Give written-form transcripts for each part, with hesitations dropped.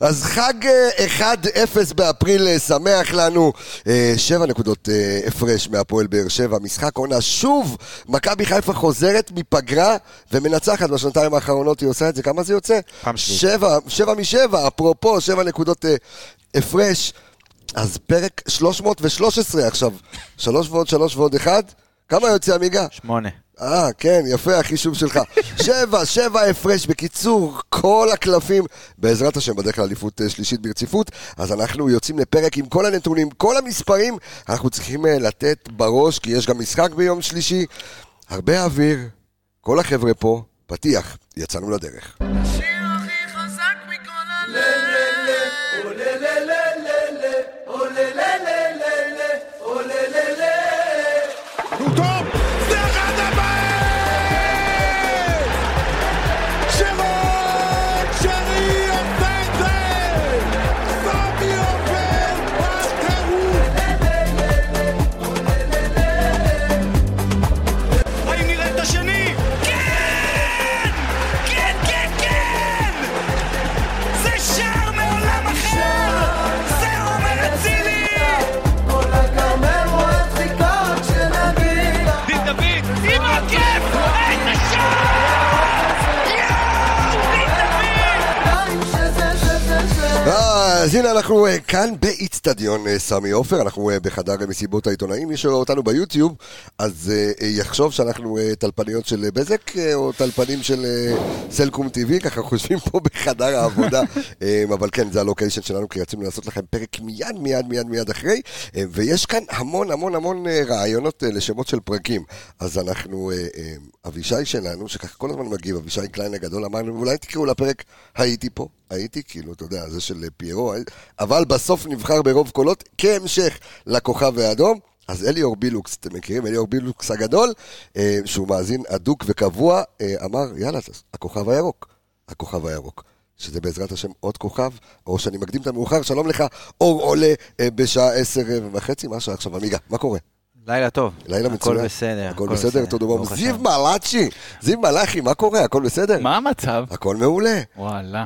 אז חג 1-0 באפריל שמח לנו, 7 נקודות הפרש מהפועל באר שבע, משחק עונה שוב, מכבי חיפה חוזרת מפגרה ומנצחת בשנתיים האחרונות, היא עושה את זה, כמה זה יוצא? 7 מ-7, אפרופו 7 נקודות הפרש, אז פרק 313 עכשיו, 3 ועוד 3 ועוד 1, כמה יוצא אמיגה? 8. כן, יפה, החישוב שלך. 7 הפרש, בקיצור, כל הקלפים, בעזרת השם, בדרך כלל אליפות שלישית ברציפות, אז אנחנו יוצאים לפרק עם כל הנתונים, כל המספרים, אנחנו צריכים לתת בראש, כי יש גם משחק ביום שלישי, הרבה אוויר, כל החבר'ה פה, פתיח, יצאנו לדרך. השיר הכי חזק מכל הלב אז הנה אנחנו כאן באיצטדיון סמי עופר, אנחנו בחדר מסיבות העיתונאים, מי שרואה אותנו ביוטיוב אז יחשוב שאנחנו טלפניות של בזק או טלפנים של סלקום טבעי, ככה חושבים פה בחדר העבודה, אבל כן, זה הלוקיישן שלנו, כי רצינו לעשות לכם פרק מיד אחרי, ויש כאן המון רעיונות לשמות של פרקים, אז אנחנו, אבישי שלנו, שככה כל הזמן מגיב, אבישי קליין הגדול, אמרנו, אולי תקראו לפרק הייתי פה, כאילו, אתה יודע, זה של פיירו, אבל בסוף נבחר ברוב קולות כהמשך לכוכב האדום, אז אליאור בילוקס, אתם מכירים, אליאור בילוקס הגדול, שהוא מאזין אדוק וקבוע, אמר, יאללה, הכוכב הירוק, שזה בעזרת השם עוד כוכב, או שאני מקדים את המאוחר, שלום לך, אור עולה בשעה 10:30, מה שעה עכשיו, אמיגה, מה קורה? לילה טוב. לילה מצוין. הכל בסדר. הכל בסדר, תודה. זיו מלאכי, מה קורה? הכל בסדר? מה המצב? הכל מעולה. וואלה.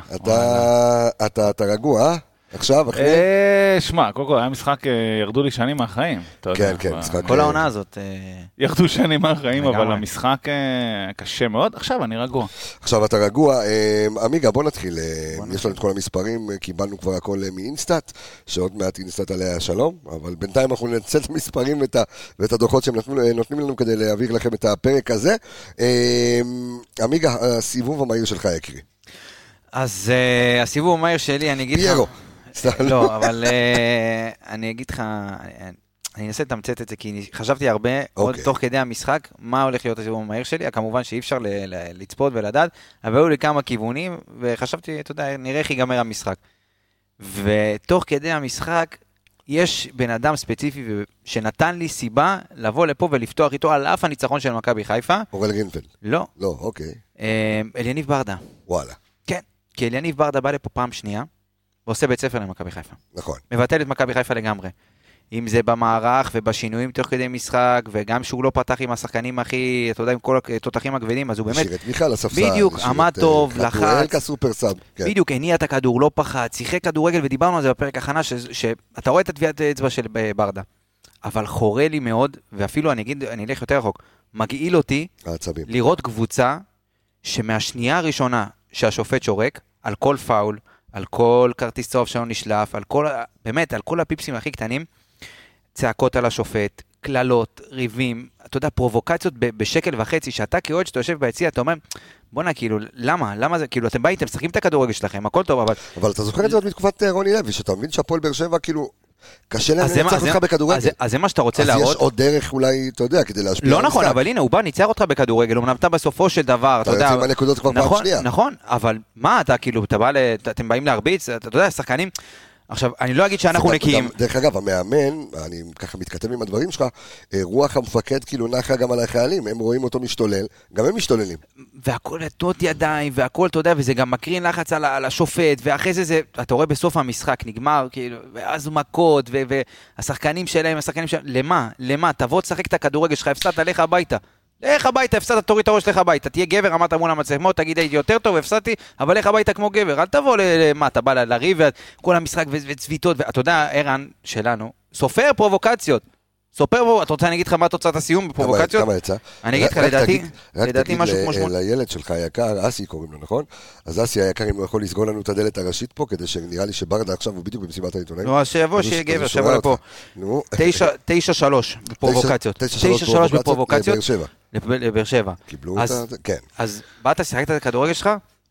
אתה רגוע, עכשיו, אחרי? שמע, קודם כל, היה משחק, ירדו לי שנים מהחיים. כן, משחק. כל העונה הזאת. ירדו שנים מהחיים, אבל המשחק קשה מאוד. עכשיו אני רגוע. עכשיו אתה רגוע. אמיגה, בוא נתחיל. יש לנו את כל המספרים, קיבלנו כבר הכל מאינסטאט, שעוד מעט אינסטאט עליה שלום, אבל בינתיים אנחנו ננצל את המספרים ואת הדוחות שהם נותנים לנו כדי להעביר לכם את הפרק הזה. אמיגה, הסיבוב המהיר שלך יקרי. אז הסיבוב המהיר שלי, אני אגיד לך... פיירו. לא, אבל אני אגיד לך, אני אנסה לתמצת את זה, כי חשבתי הרבה, עוד תוך כדי המשחק, מה הולך להיות הסיבוב המהיר שלי, כמובן שאי אפשר לצפות ולדעת, אבל היו לי כמה כיוונים, וחשבתי, אתה יודע, נראה איך ייגמר המשחק. ותוך כדי המשחק, יש בן אדם ספציפי שנתן לי סיבה לבוא לפה ולפתוח איתו על אף הניצחון של מכבי חיפה. אורל גרינפלד. לא. לא, אוקיי. אליניב ברדה. וואלה. כן, כי אליניב ברדה בא לפה פעם שנייה, ועושה בית ספר למכבי חיפה. נכון. מבטל את מכבי חיפה לגמרי. אם זה במערך ובשינויים תוך כדי משחק, וגם שהוא לא פתח עם השחקנים הכי, אתה יודע, עם כל התותחים הכבדים, אז הוא באמת... שירת מיכל הספסל. בדיוק, עמד טוב, לחץ. כסופר סאב. בדיוק, הניע את הכדור, לא פחד, שיחק כדורגל, ודיברנו על זה בפרק הכנה, שאתה רואה את הטביעת האצבע של ברדה. אבל חורה לי מאוד, ואפילו אני אלך יותר רחוק, מגעיל אותי לראות קבוצה שמהשנייה הראשונה שהשופט שורק, על כל פאול, על כל כרטיס צהוב שלא נשלף, על כל, באמת, על כל הפיפסים הכי קטנים, צעקות על השופט, כללות, ריבים, אתה יודע, פרובוקציות בשקל וחצי, שאתה כאוהד שאתה יושב ביציע, אתה אומר, בוא'נה, כאילו, למה זה, כאילו, אתם באים, אתם משחקים את הכדורגל שלכם, הכל טוב, אבל אתה זוכר את זה עוד מתקופת רוני לוי, שאתה מבין שהפועל באר שבע, כאילו, קשה להם לנצח אותך בכדורגל. אז זה מה שאתה רוצה להראות. אז יש עוד דרך אולי, אתה יודע, כדי להשפיע. לא נכון, אבל הנה, הוא בא, ניצח אותך בכדורגל, הוא מנבטה בסופו של דבר, אתה יודע. אתה יוצא מהנקודות כבר פעם שנייה. נכון, אבל מה אתה, כאילו, אתם באים להרביץ, אתה יודע, שחקנים, עכשיו, אני לא אגיד שאנחנו נקיים. דרך אגב, המאמן, אני ככה מתכתב עם הדברים שלך, רוח המפקד כאילו נחה גם על החיילים, הם רואים אותו משתולל, גם הם משתוללים. והכל תות ידיים, והכל, אתה יודע, וזה גם מקרין לחץ על השופט, ואחרי זה, אתה רואה בסוף המשחק, נגמר, כאילו, ואז מכות, והשחקנים שלהם, למה? תבוא תשחק את הכדורגל שלך, הפסדת עליך הביתה. לך הביתה, הפסדת, תוריד את הראש, לך הביתה, תהיה גבר, עמדת מול המצלמות, תגיד הייתי יותר טוב, הפסדתי, אבל לך הביתה כמו גבר, אל תבוא למה, אתה בא לריב, כל המשחק וצביטות, ואתה יודע, ערן שלנו, סופר פרובוקציות, אתה רוצה אני אגיד לך מה תוצאת הסיום בפרובוקציות? כמה יצא? אני אגיד לך, לדעתי משהו כמו 8. לילד שלך היקר, אסי קוראים לו, נכון? אז אסי היקר, אם הוא יכול לסגור לנו את הדלת הראשית פה, כדי שנראה לי שברדה עכשיו הוא בדיוק במסיבת העיתונאים. נו, אז שיבוא, שיהיה גבר, שיבוא לפה. 9-3 בפרובוקציות. 9-3 בפרובוקציות. לבאר שבע. קיבלו אותה, כן. אז באת, שיחקת את הכדורגל שלך?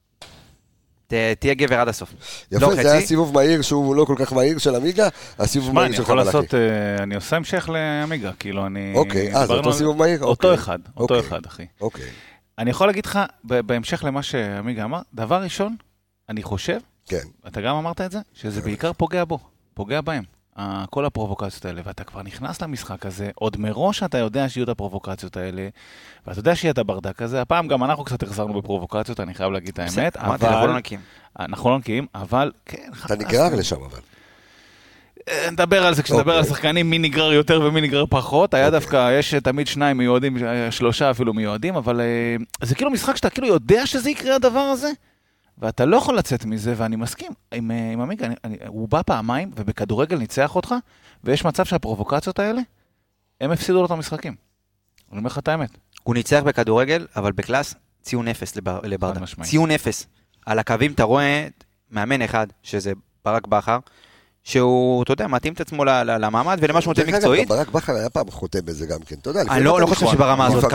תהיה גבר עד הסוף. יפה, זה היה סיבוב מהיר שהוא לא כל כך מהיר של אמיגה, הסיבוב מהיר שלך מלאכי. אני עושה המשך לאמיגה, כאילו אני... אוקיי, אז אותו סיבוב מהיר? אותו אחד, אחי. אוקיי. אני יכול להגיד לך, בהמשך למה שאמיגה אמר, דבר ראשון, אני חושב, אתה גם אמרת את זה, שזה בעיקר פוגע בו, פוגע בהם. כל הפרובוקציות האלה, ואתה כבר נכנס למשחק הזה, עוד מראש אתה יודע שיהיו את הפרובוקציות האלה, ואתה יודע שיהיה את הברדק הזה, הפעם גם אנחנו קצת החזרנו בפרובוקציות, אני חייב להגיד את האמת, אבל... אנחנו לא נקיים, אבל... אתה נגרר לשם, אבל. נדבר על זה, כשנדבר על שחקנים, מי נגרר יותר ומי נגרר פחות, היה דווקא, יש תמיד 2 מיועדים, 3 אפילו מיועדים, אבל זה כאילו משחק שאתה כאילו יודע שזה יקרה הדבר הזה, ואתה לא יכול לצאת מזה, ואני מסכים עם אמיגה, הוא בא פעמיים, ובכדורגל ניצח אותך, ויש מצב שהפרובוקציות האלה, הם הפסידו לו את המשחקים. אני אומר לך את האמת. הוא ניצח בכדורגל, אבל בקלאס ציון 0 לברדה. ציון 0. על הקווים אתה רואה מאמן אחד, שזה ברק בכר, שהוא, אתה יודע, מתאים את עצמו למעמד ולמה שהוא נותן מקצועית. ברק בכר היה פעם חותם בזה גם כן, אתה יודע. אני לא חושב שברמה הזאת,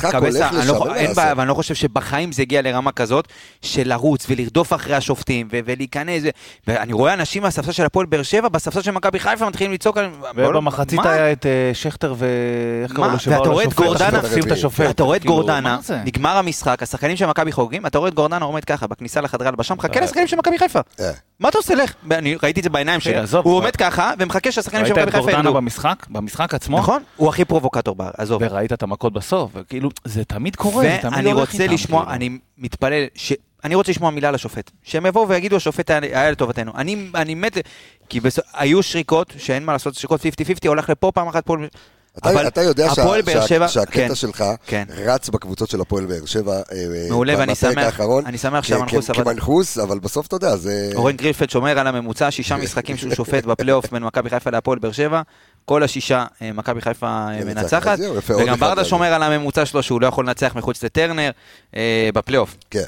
אבל אני לא חושב שבחיים זה הגיע לרמה כזאת, של לרוץ ולרדוף אחרי השופטים ולהיכנס, ואני רואה אנשים מהספסל של הפועל באר שבע, בספסל של מכבי חיפה מתחילים לצעוק, ובמחצית היה את שכטר ואיך קראו לו שבאו לשופט, אתה רואה את גורדנה, נגמר המשחק, השחקנים של מכבי חוגגים, אתה רואה את גורדנה עומד ככה בכניסה לחדרי הלבשה, מחכה לשחקנים של מכבי חיפה. מה אתה עושה? לך? אני ראיתי את זה בעיניים שלי. הוא עומד ככה ומחכה שהשחקנים של מכבי חיפה ירדו. במשחק עצמו. נכון? הוא הכי פרובוקטור, עזוב. וראית את המכות בסוף, וכאילו זה תמיד קורה, ואני רוצה לשמוע, אני מתפלל אני רוצה לשמוע מילה לשופט, שהם יבואו ויגידו השופט היה לטובתנו. אני מת, כי היו שריקות, שאין מה לעשות, שריקות 50-50, הולך לפה פעם אחת פה. אתה יודע שהקטע שלך רץ בקבוצות של הפועל באר שבע מעולה, ואני שמח שהמנחוס כמנחוס, אבל בסוף אתה יודע אורן גרילפלד שומר על הממוצע, 6 משחקים שהוא שופט בפלייאוף בין מכבי חיפה להפועל באר שבע, כל 6 מכבי חיפה מנצחת, וגם ברדה שומר על הממוצע שלו שהוא לא יכול לנצח מחוץ לטרנר בפלייאוף. כן.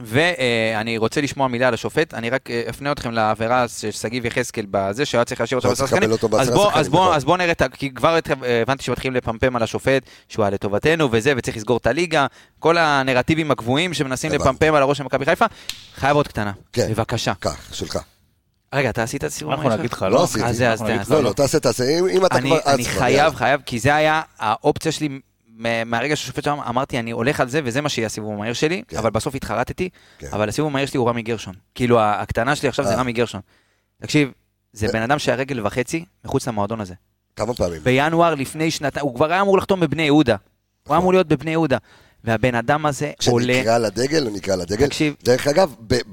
ואני רוצה לשמוע מילה על השופט, אני רק אפנה אתכם לעבירה שסגיב יחזקאל בזה, שהיה צריך להשאיר אותו בשחקנים, אז בואו נראה, כי כבר הבנתי שמתחילים לפמפם על השופט, שהוא היה לטובתנו וזה, וצריך לסגור את הליגה, כל הנרטיבים הקבועים שמנסים לפמפם על הראש של מכבי חיפה, חייב עוד קטנה, בבקשה. כך, שלך. רגע, אתה עשית סיבוב? אנחנו נגיד לך, לא עשיתי. לא, תעשה, אם אתה כבר... אני חייב, כי זה היה האופציה שלי, מהרגע ששופט שם אמרתי, אני הולך על זה, וזה מה שיהיה הסיבוב המהיר שלי, אבל בסוף התחרטתי, אבל הסיבוב המהיר שלי הוא רמי גרשון. כאילו, הקטנה שלי עכשיו זה רמי גרשון. תקשיב, זה בן אדם שהיה רגל וחצי מחוץ למועדון הזה. כמה פעמים? בינואר לפני שנתיים, הוא כבר היה אמור לחתום בבני יהודה. הוא היה אמור להיות בבני יהודה. והבן אדם הזה עולה... כשנקרא לדגל, הוא נקרא לדגל. דרך אגב,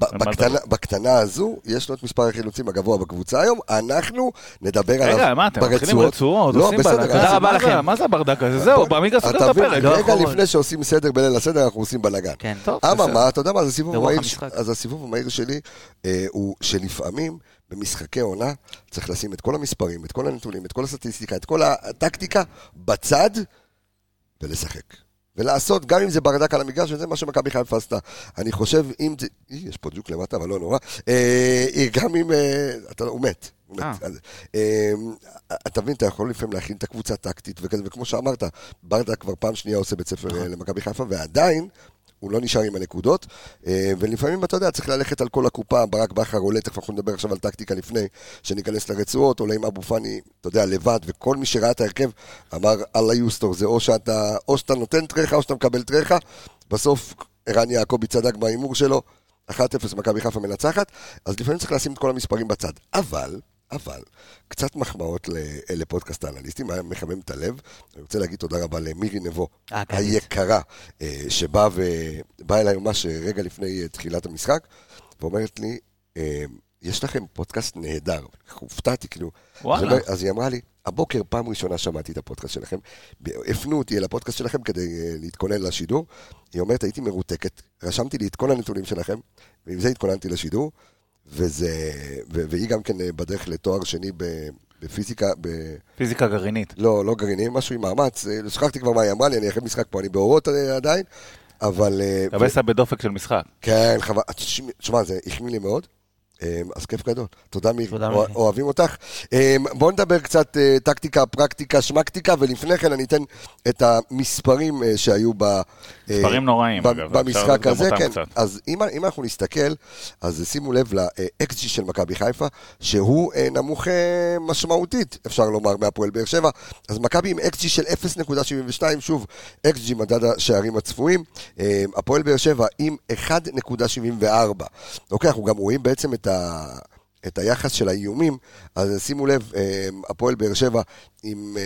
בקטנה הזו, יש לו את מספר החילוצים הגבוה בקבוצה היום, אנחנו נדבר עליו ברצועות. רגע, מה, אתם מתחילים רצועות? לא, בסדר. תודה רבה לכם. מה זה הברדק הזה? זהו, בעמיגה סוגר את הפרק. רגע לפני שעושים סדר בליל הסדר, אנחנו עושים בלגן. כן, טוב. מה, אתה יודע מה, אז הסיבוב המהיר שלי, הוא שלפעמים, במשחקי עונה, צריך לשים את כל המספרים, את כל הנתונים, את כל הסטטיסטיקה, את כל הטקטיקה, בצד, ולשחק. ולעשות, גם אם זה ברדק על המגרש, וזה מה שמכבי חיפה עשתה. אני חושב, אם זה... יש פה ג'וק למטה, אבל לא נורא. גם אם... הוא מת. אתה מבין, אתה יכול לפעמים להכין את הקבוצה הטקטית, וכמו שאמרת, ברדק כבר פעם שנייה עושה בית ספר למכבי חיפה, ועדיין... הוא לא נשאר עם הנקודות, ולפעמים אתה יודע, צריך ללכת על כל הקופה, ברק בכר עולה, תכף אנחנו נדבר עכשיו על טקטיקה לפני, שניכנס לרצועות, עולה עם אבו פני, אתה יודע, לבד, וכל מי שראה את ההרכב, אמר, אללה יוסטור, זה או שאתה נותן טרחה, או שאתה מקבל טרחה, בסוף ערן יעקבי צדק בהימור שלו, 1-0 מכבי חיפה מנצחת, אז לפעמים צריך לשים את כל המספרים בצד, אבל, קצת מחמאות לפודקאסט האנליסטים, היה מחמם את הלב, אני רוצה להגיד תודה רבה למירי נבו, היקרה, שבאה אליי ממש רגע לפני תחילת המשחק, ואומרת לי, יש לכם פודקאסט נהדר, הופתעתי כאילו, אז היא אמרה לי, הבוקר פעם ראשונה שמעתי את הפודקאסט שלכם, הפנו אותי אל הפודקאסט שלכם כדי להתכונן לשידור, היא אומרת, הייתי מרותקת, רשמתי לי את כל הנתונים שלכם, ועם זה התכוננתי לשידור, והיא גם כן בדרך לתואר שני בפיזיקה, פיזיקה גרעינית. לא גרעיני, משהו עם מאמץ, שכחתי כבר מה היא אמרה לי, אני אחרי משחק פה, אני באורות עדיין, אבל... קבסה בדופק של משחק. כן, חבל, תשמע, זה החמיא לי מאוד. אז כיף גדול. תודה מיר, אוהבים אותך. בואו נדבר קצת טקטיקה, פרקטיקה, שמקטיקה, ולפני כן אני אתן את המספרים שהיו מספרים נוראים, במשחק הזה. כן. אז אם אנחנו נסתכל, אז שימו לב ל-XG של מכבי חיפה, שהוא נמוך משמעותית, אפשר לומר, מהפועל באר שבע. אז מכבי עם XG של 0.72, שוב, XG מדד השערים הצפויים, הפועל באר שבע עם 1.74. אוקיי, אנחנו גם רואים בעצם את היחס של האיומים, אז שימו לב, הפועל באר שבע עם...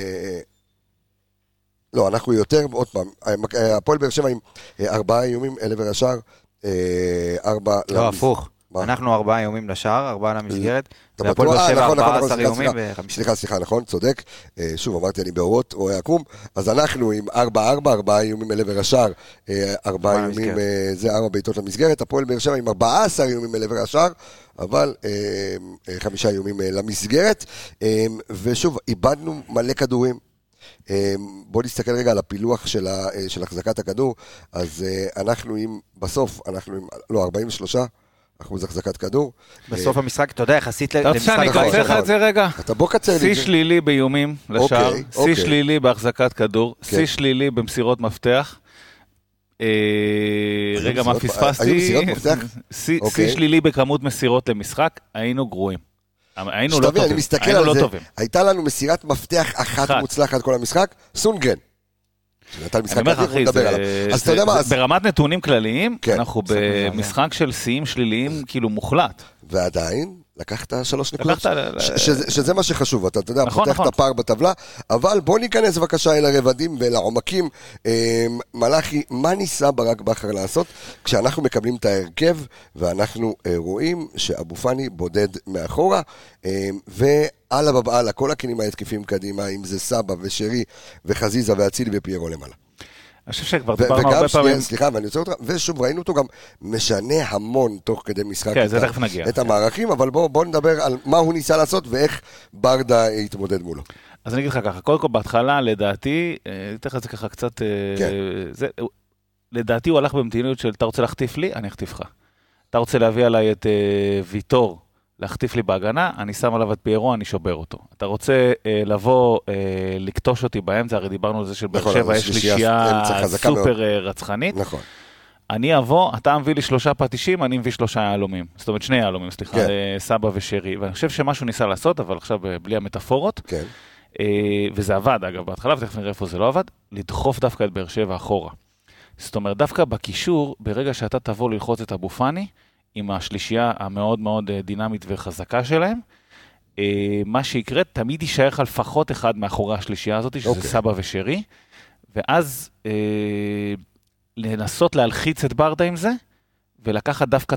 לא, אנחנו יותר, עוד פעם, הפועל באר שבע עם 4 איומים לעבר השער, 4... לא, הפוך. אנחנו 4 איומים לשער, 4 למסגרת, והפועל באר שבע 14 איומים ו-5. סליחה, נכון, צודק. שוב, אמרתי, אני באורות, רואה עקום, אז אנחנו עם 4-4, 4 איומים לעבר השער, 4 איומים, זה 4 בעיטות למסגרת, הפועל באר שבע עם 14 איומים לעבר השער, אבל 5 איומים למסגרת, ושוב, איבדנו מלא כדורים. בואו נסתכל רגע על הפילוח של החזקת הכדור, אז אנחנו עם, בסוף, אנחנו עם, לא, 43% החזקת כדור. בסוף המשחק, אתה יודע, יחסית למשחק... אתה שאני אקצר לך את זה רגע? אתה בוא קצר לי. שיא שלילי באיומים לשער, שיא שלילי בהחזקת כדור, שיא שלילי במסירות מפתח. רגע, מה פספסתי? שיא שלילי בכמות מסירות למשחק, היינו גרועים. היינו לא טובים. אני מסתכל על זה, הייתה לנו מסירת מפתח אחת מוצלחת כל המשחק, סונגרן. אני אומר אחי, ברמת נתונים כלליים, אנחנו במשחק של שיאים שליליים כאילו מוחלט. ועדיין, לקחת 3 נקודות, שזה מה שחשוב, אתה יודע, פותח את הפער בטבלה, אבל בוא ניכנס בבקשה אל הרבדים ולעומקים. מלאכי, מה ניסה ברק בכר לעשות כשאנחנו מקבלים את ההרכב, ואנחנו רואים שאבו פאני בודד מאחורה, ועלה בבעלה, כל הכינים ההתקפים קדימה, אם זה סבא ושרי וחזיזה ואצילי ופיירו למעלה. אני חושב שכבר דיברנו הרבה פעמים. סליחה, ואני רוצה אותך, ושוב ראינו אותו גם משנה המון תוך כדי משחק את המערכים, אבל בואו נדבר על מה הוא ניסה לעשות ואיך ברדה יתמודד מולו. אז אני אגיד לך ככה, קודם כל בהתחלה לדעתי, אתן לך את זה ככה קצת, לדעתי הוא הלך במדיניות של אתה רוצה להחטיף לי, אני אחטיף לך. אתה רוצה להביא עליי את ויטור, להחטיף לי בהגנה, אני שם עליו את פיירו, אני שובר אותו. אתה רוצה לבוא, לקטוש אותי באמצע, הרי דיברנו על זה של באר שבע, יש שלישייה סופר רצחנית. נכון. אני אבוא, אתה מביא לי 3 פטישים, אני מביא 3 יהלומים. זאת אומרת, 2 יהלומים, סליחה, סבא ושרי. ואני חושב שמשהו ניסה לעשות, אבל עכשיו בלי המטאפורות. כן. וזה עבד, אגב, בהתחלה, ותכף נראה איפה זה לא עבד, לדחוף דווקא את באר שבע אחורה. זאת אומרת, דווקא בקישור, ברגע שאתה תבוא ללחוץ את אבו פאני, עם השלישייה המאוד מאוד דינמית וחזקה שלהם, מה שיקרה, תמיד יישאר לך לפחות אחד מאחורי השלישייה הזאת, שזה סבא ושרי, ואז לנסות להלחיץ את ברדה עם זה, ולקחת דווקא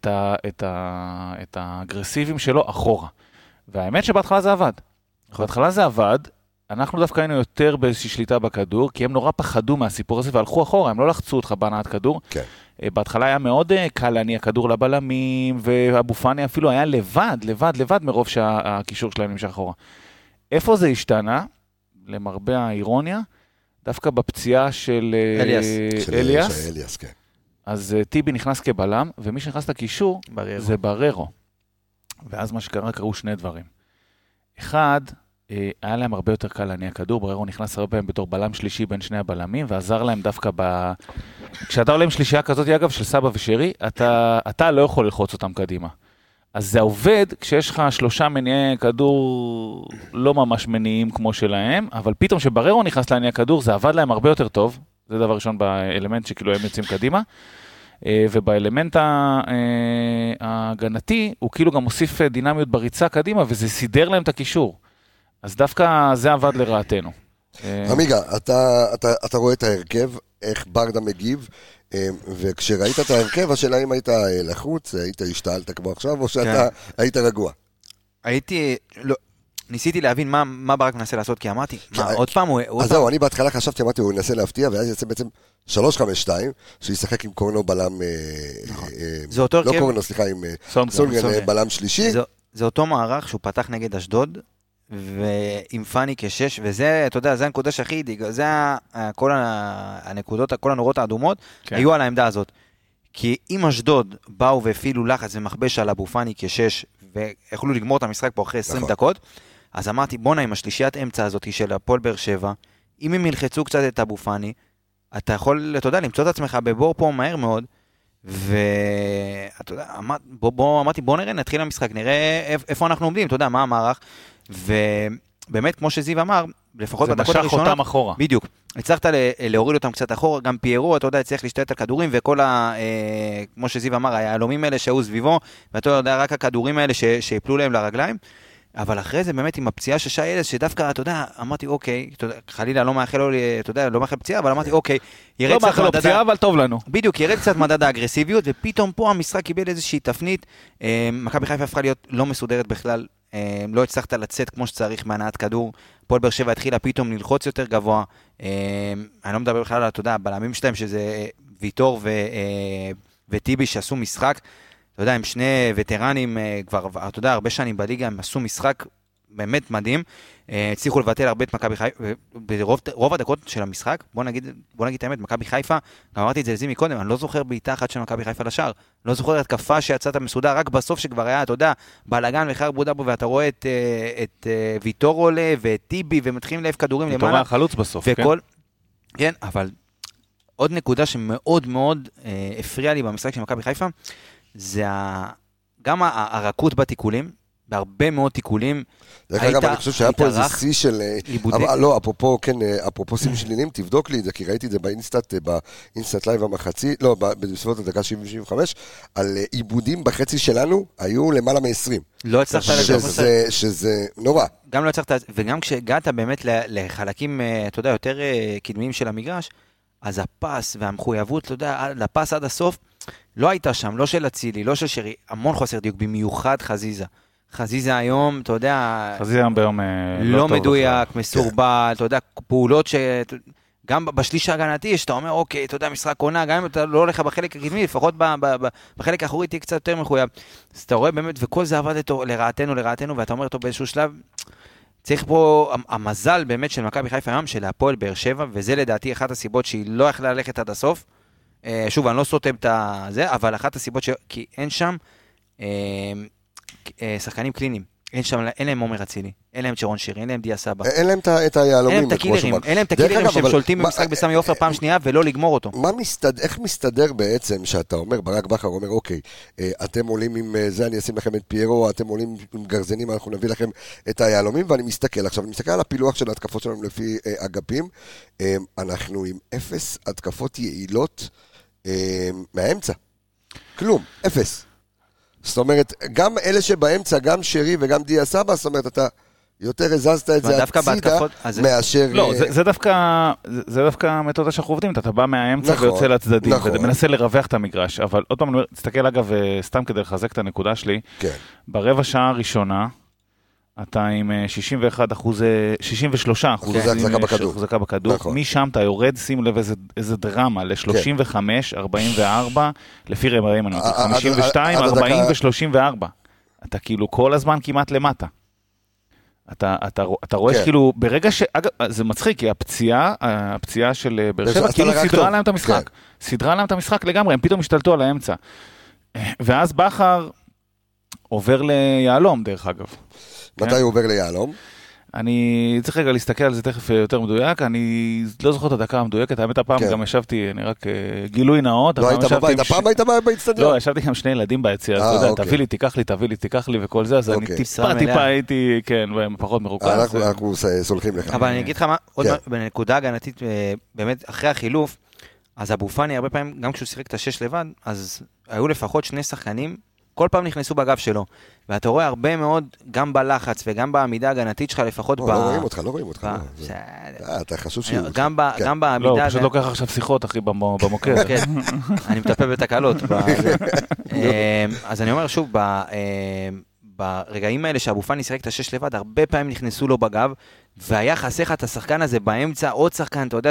את האגרסיבים שלו אחורה. והאמת שבהתחלה זה עבד. בהתחלה זה עבד, אנחנו דווקא היינו יותר באיזושהי שליטה בכדור, כי הם נורא פחדו מהסיפור הזה, והלכו אחורה, הם לא לחצו אותך בהנעת כדור. כן. בהתחלה היה מאוד קל להניע כדור לבלמים, ואבו פאני אפילו היה לבד מרוב שהקישור שלהם נמשך אחורה. איפה זה השתנה? למרבה האירוניה, דווקא בפציעה של אליאס. כן. אז טיבי נכנס כבלם, ומי שנכנס לקישור זה בררו. ואז מה שקרה, קראו 2 דברים. אחד, היה להם הרבה יותר קל להניע כדור, בררו נכנס הרבה פעמים בתור בלם שלישי בין 2 הבלמים, ועזר להם דווקא כשאתה עולה עם שלישייה כזאת, אגב, של סבא ושרי, אתה לא יכול ללחוץ אותם קדימה. אז זה עובד כשיש לך 3 מניעי כדור לא ממש מניעים כמו שלהם, אבל פתאום שבררו נכנס להניע כדור, זה עבד להם הרבה יותר טוב, זה דבר ראשון באלמנט שכאילו הם יוצאים קדימה, ובאלמנט ההגנתי, הוא כאילו גם מוסיף דינמיות בריצה קדימה, וזה סידר להם את הקישור. אז דווקא זה עבד לרעתנו. עמיגה, אתה רואה את ההרכב, איך ברדה מגיב, וכשראית את ההרכב, השאלה אם היית לחוץ, היית השתעלת כמו עכשיו, או שאתה היית רגוע? הייתי, לא, ניסיתי להבין מה ברק מנסה לעשות, כי אמרתי, עוד פעם הוא... אז זהו, אני בהתחלה חשבתי, אמרתי, הוא ינסה להפתיע, ואז יצא בעצם 3-5-2, שישחק עם קורנו בלם, לא קורנו, סליחה, עם סונגרן בלם שלישי. זה אותו מערך שהוא פתח נגד אשדוד, ועם פני כשש, וזה, אתה יודע, זה הנקודה שהכי דיג, זה כל הנקודות, כל הנורות האדומות, היו על העמדה הזאת. כי אם אשדוד באו והפעילו לחץ ומחבש על אבו פני כשש, ויכולו לגמור את המשחק פה אחרי 20 דקות, אז אמרתי, בונה עם השלישיית אמצע הזאת של הפועל באר שבע, אם הם ילחצו קצת את אבו פני, אתה יכול, אתה יודע, למצוא את עצמך בבור פה מהר מאוד, ואתה יודע, אמרתי, בוא נראה, נתחיל המשחק, נראה איפה אנחנו עומדים, אתה יודע, מה המערך, ובאמת, כמו שזיו אמר, לפחות בדקות הראשונות, אותם אחורה. בדיוק, הצלחת להוריד אותם קצת אחורה, גם פיירו, אתה יודע, צריך להשתלט על כדורים, וכל כמו שזיו אמר, היהלומים האלה שהיו סביבו, ואתה יודע, רק הכדורים האלה שיפלו להם לרגליים, אבל אחרי זה באמת עם הפציעה של שי אלס, שדווקא, אתה יודע, אמרתי, אוקיי, חלילה לא מאחל לו, אתה יודע, לא מאחל פציעה, אבל אמרתי, אוקיי, לא מאחל לו פציעה, אבל טוב לנו. בדיוק, ירד קצת מדד האגרסיביות, ופתאום פה המשחק קיבל איזושהי תפנית, מכבי חיפה הפכה להיות לא מסודרת בכלל, לא הצלחת לצאת כמו שצריך מהנעת כדור, הפועל באר שבע התחילה פתאום ללחוץ יותר גבוה, אני לא מדבר בכלל על, אתה יודע, בלמים שלהם, שזה ויטור וטיבי שעשו משחק, אתה יודע, הם שני וטרנים כבר, אתה יודע, הרבה שנים בליגה, הם עשו משחק באמת מדהים, הצליחו לבטל הרבה את מכבי חיפה, ברוב הדקות של המשחק, בוא נגיד את האמת, מכבי חיפה, גם אמרתי את זה לזימי קודם, אני לא זוכר בעיטה אחת של מכבי חיפה לשער, לא זוכר התקפה שיצאת מסודר, רק בסוף שכבר היה, אתה יודע, בלגן וחרבו דאבו, ואתה רואה את ויטור עולה, ואת טיבי, ומתחילים להעיף כדורים למעלה. ויטור החלוץ בסוף, וכל, כן, אבל עוד נקודה שמאוד מאוד הפריע לי במשחק של מכבי חיפה, זה גם הרכות בתיקולים, בהרבה מאוד תיקולים. דרך אגב, אני חושב שהיה פה איזה שיא של... לא, אפרופו, כן, אפרופו שים שלילים, תבדוק לי את זה, כי ראיתי את זה באינסטאט לייב המחצי, לא, בסביבות הדקה 70-75, על עיבודים בחצי שלנו, היו למעלה מ-20. לא הצלחת לזה. שזה נורא. גם לא הצלחת, וגם כשהגעת באמת לחלקים, אתה יודע, יותר קדמיים של המגרש, אז הפס והמחויבות, אתה יודע, לפס עד הסוף, לא הייתה שם, לא של הצילי, לא של שרי, המון חוסר דיוק, במיוחד חזיזה. חזיזה היום, אתה יודע... חזיזה היום ביום לא מדויק, מסורבל, אתה יודע, פעולות ש... גם בשליש ההגנתי, שאתה אומר, אוקיי, אתה יודע, משחק עונה, גם אם אתה לא הולך בחלק הקדמי, לפחות בחלק האחורי תהיה קצת יותר מחויב. אז אתה רואה באמת, וכל זה עבד אותו לרעתנו, ואתה אומר אותו באיזשהו שלב, צריך פה, המזל באמת של מכבי חיפה היום, של הפועל באר שבע, וזה לדעתי אחת הסיבות שהיא לא יכלה ללכת עד הסוף. שוב, אני לא סותם את זה, אבל אחת הסיבות כי אין שם שחקנים קליניים. אין להם עומר אצילי, אין להם צ'רון שירי, אין להם דיה סבא. אין להם את היהלומים. אין להם את הקילרים שהם שולטים במשחק בסמי עופר פעם שנייה ולא לגמור אותו. איך מסתדר בעצם שאתה אומר, ברק בכר אומר, אוקיי, אתם עולים עם זה, אני אשים לכם את פיירו, אתם עולים עם גרזנים, אנחנו נביא לכם את היהלומים, ואני מסתכל עכשיו, אני מסתכל על הפילוח של ההתקפות שלנו לפי אגפים, אנחנו עם 0 התקפות יעילות מהאמצע. כלום, 0. זאת אומרת, גם אלה שבאמצע, גם שרי וגם דיה סבא, זאת אומרת, אתה יותר הזזת את זה הצידה מאשר... לא, זה דווקא המתודה שאנחנו עובדים, אתה בא מהאמצע ויוצא לצדדים, ומנסה לרווח את המגרש, אבל עוד פעם, תסתכל אגב, סתם כדי לחזק את הנקודה שלי, ברבע שעה הראשונה, אתה עם 63% החזקה בכדור, משם אתה יורד, שים לב איזה דרמה, ל-35, 44, לפי רמרים, 52, 40 ו-34. אתה כאילו כל הזמן כמעט למטה. אתה רואה שכאילו, ברגע ש... אגב, זה מצחיק, כי הפציעה של באר שבע, כאילו סדרה להם את המשחק. סדרה להם את המשחק לגמרי, הם פתאום השתלטו על האמצע. ואז בכר עובר ליעלום, דרך אגב. מתי הוא עובר ליעלום? אני צריך רגע להסתכל על זה תכף יותר מדויק, אני לא זוכר את הדקה המדויקת, האמת הפעם גם ישבתי, אני רק גילוי נאות. לא היית בבית, הפעם היית באצטדיון? לא, ישבתי גם שני ילדים ביציאה, אתה יודע, תביא לי וכל זה, אז אני טיפה הייתי, כן, פחות מרוכז. אנחנו סולחים לך. אבל אני אגיד לך מה, עוד בנקודה הגנתית, באמת אחרי החילוף, אז אבו פני הרבה פעמים, גם כשהוא שיחק את השש לבד, אז היו לפחות שני שחקנים, כל פעם נכנסו בגב שלו, ואתה רואה הרבה מאוד, גם בלחץ וגם בעמידה הגנתית שלך, לפחות לא רואים אותך. אתה חשוב שיהיו. גם בעמידה... לא, פשוט לוקח עכשיו שיחות, אחי, במוקד. אני מטפל בתקלות. אז אני אומר שוב, ברגעים האלה שאבו פאני שיחק את השש לבד, הרבה פעמים נכנסו לו בגב, והיה חסר לך את השחקן הזה באמצע, עוד שחקן, אתה יודע,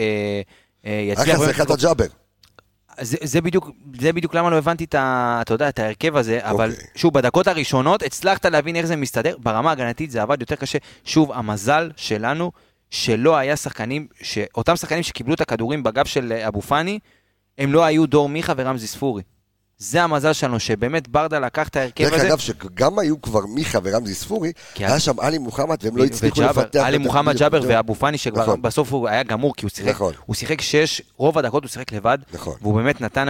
היה חסר לך את הג'אבר. זה בדיוק למה לא הבנתי אתה יודע, את ההרכב הזה, אבל שוב, בדקות הראשונות הצלחת להבין איך זה מסתדר, ברמה ההגנתית זה עבד יותר קשה, שוב, המזל שלנו, שלא היה שחקנים, אותם שחקנים שקיבלו את הכדורים בגב של אבו פאני, הם לא היו דור מיכה ורמזי ספורי. זה המזל שלנו, שבאמת ברדה לקח את ההרכב הזה. דרך אגב, שגם היו כבר מיכה ורמזי ספורי, היה שם עלי מוחמד, והם לא הצליחו לפתח. עלי מוחמד ג'אבר ואבו פאני, שכבר בסוף הוא היה גמור, כי הוא שיחק רוב הדקות הוא שיחק לבד, והוא באמת נתן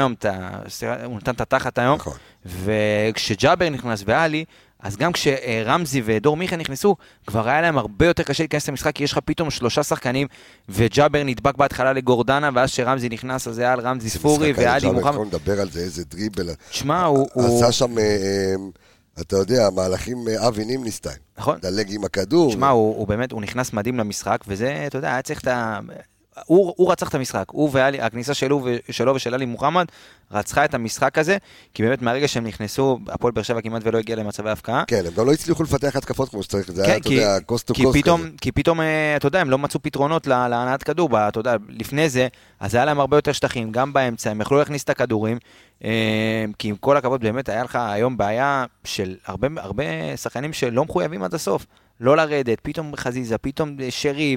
את התחת היום, וכשג'אבר נכנס ועלי, אז גם כשרמזי ודור מיכה נכנסו, כבר היה להם הרבה יותר קשה להיכנס למשחק, כי יש לך פתאום 3 שחקנים, וג'אבר נדבק בהתחלה לגורדנה, ואז שרמזי נכנס, אז זה היה על רמזי ספורי, ועלי מוחמד. אנחנו נדבר על זה, איזה דריבל. תשמע, הוא עשה שם, אתה יודע, מהלכים אבי נימניסטיין. נכון. דלג עם הכדור. תשמע, הוא באמת, הוא נכנס מדהים למשחק, וזה, אתה יודע, היה צריך את ה... הוא רצח את המשחק, הוא ואלי, הכניסה שלו ושל אלי מוחמד רצחה את המשחק הזה, כי באמת מהרגע שהם נכנסו, הפועל באר שבע כמעט ולא הגיע למצבי הפקעה. כן, הם גם לא הצליחו לפתח התקפות כמו שצריך, זה היה, אתה יודע, קוסט טו קוסט כזה. כי פתאום, אתה יודע, הם לא מצאו פתרונות להנעת כדור, אתה יודע, לפני זה, אז היה להם הרבה יותר שטחים, גם באמצע, הם יכלו להכניס את הכדורים, כי עם כל הכבוד באמת היה לך היום בעיה של הרבה שחקנים שלא מחויבים עד הסוף, לא לרדת, פתאום חזיזה, פתאום שרי,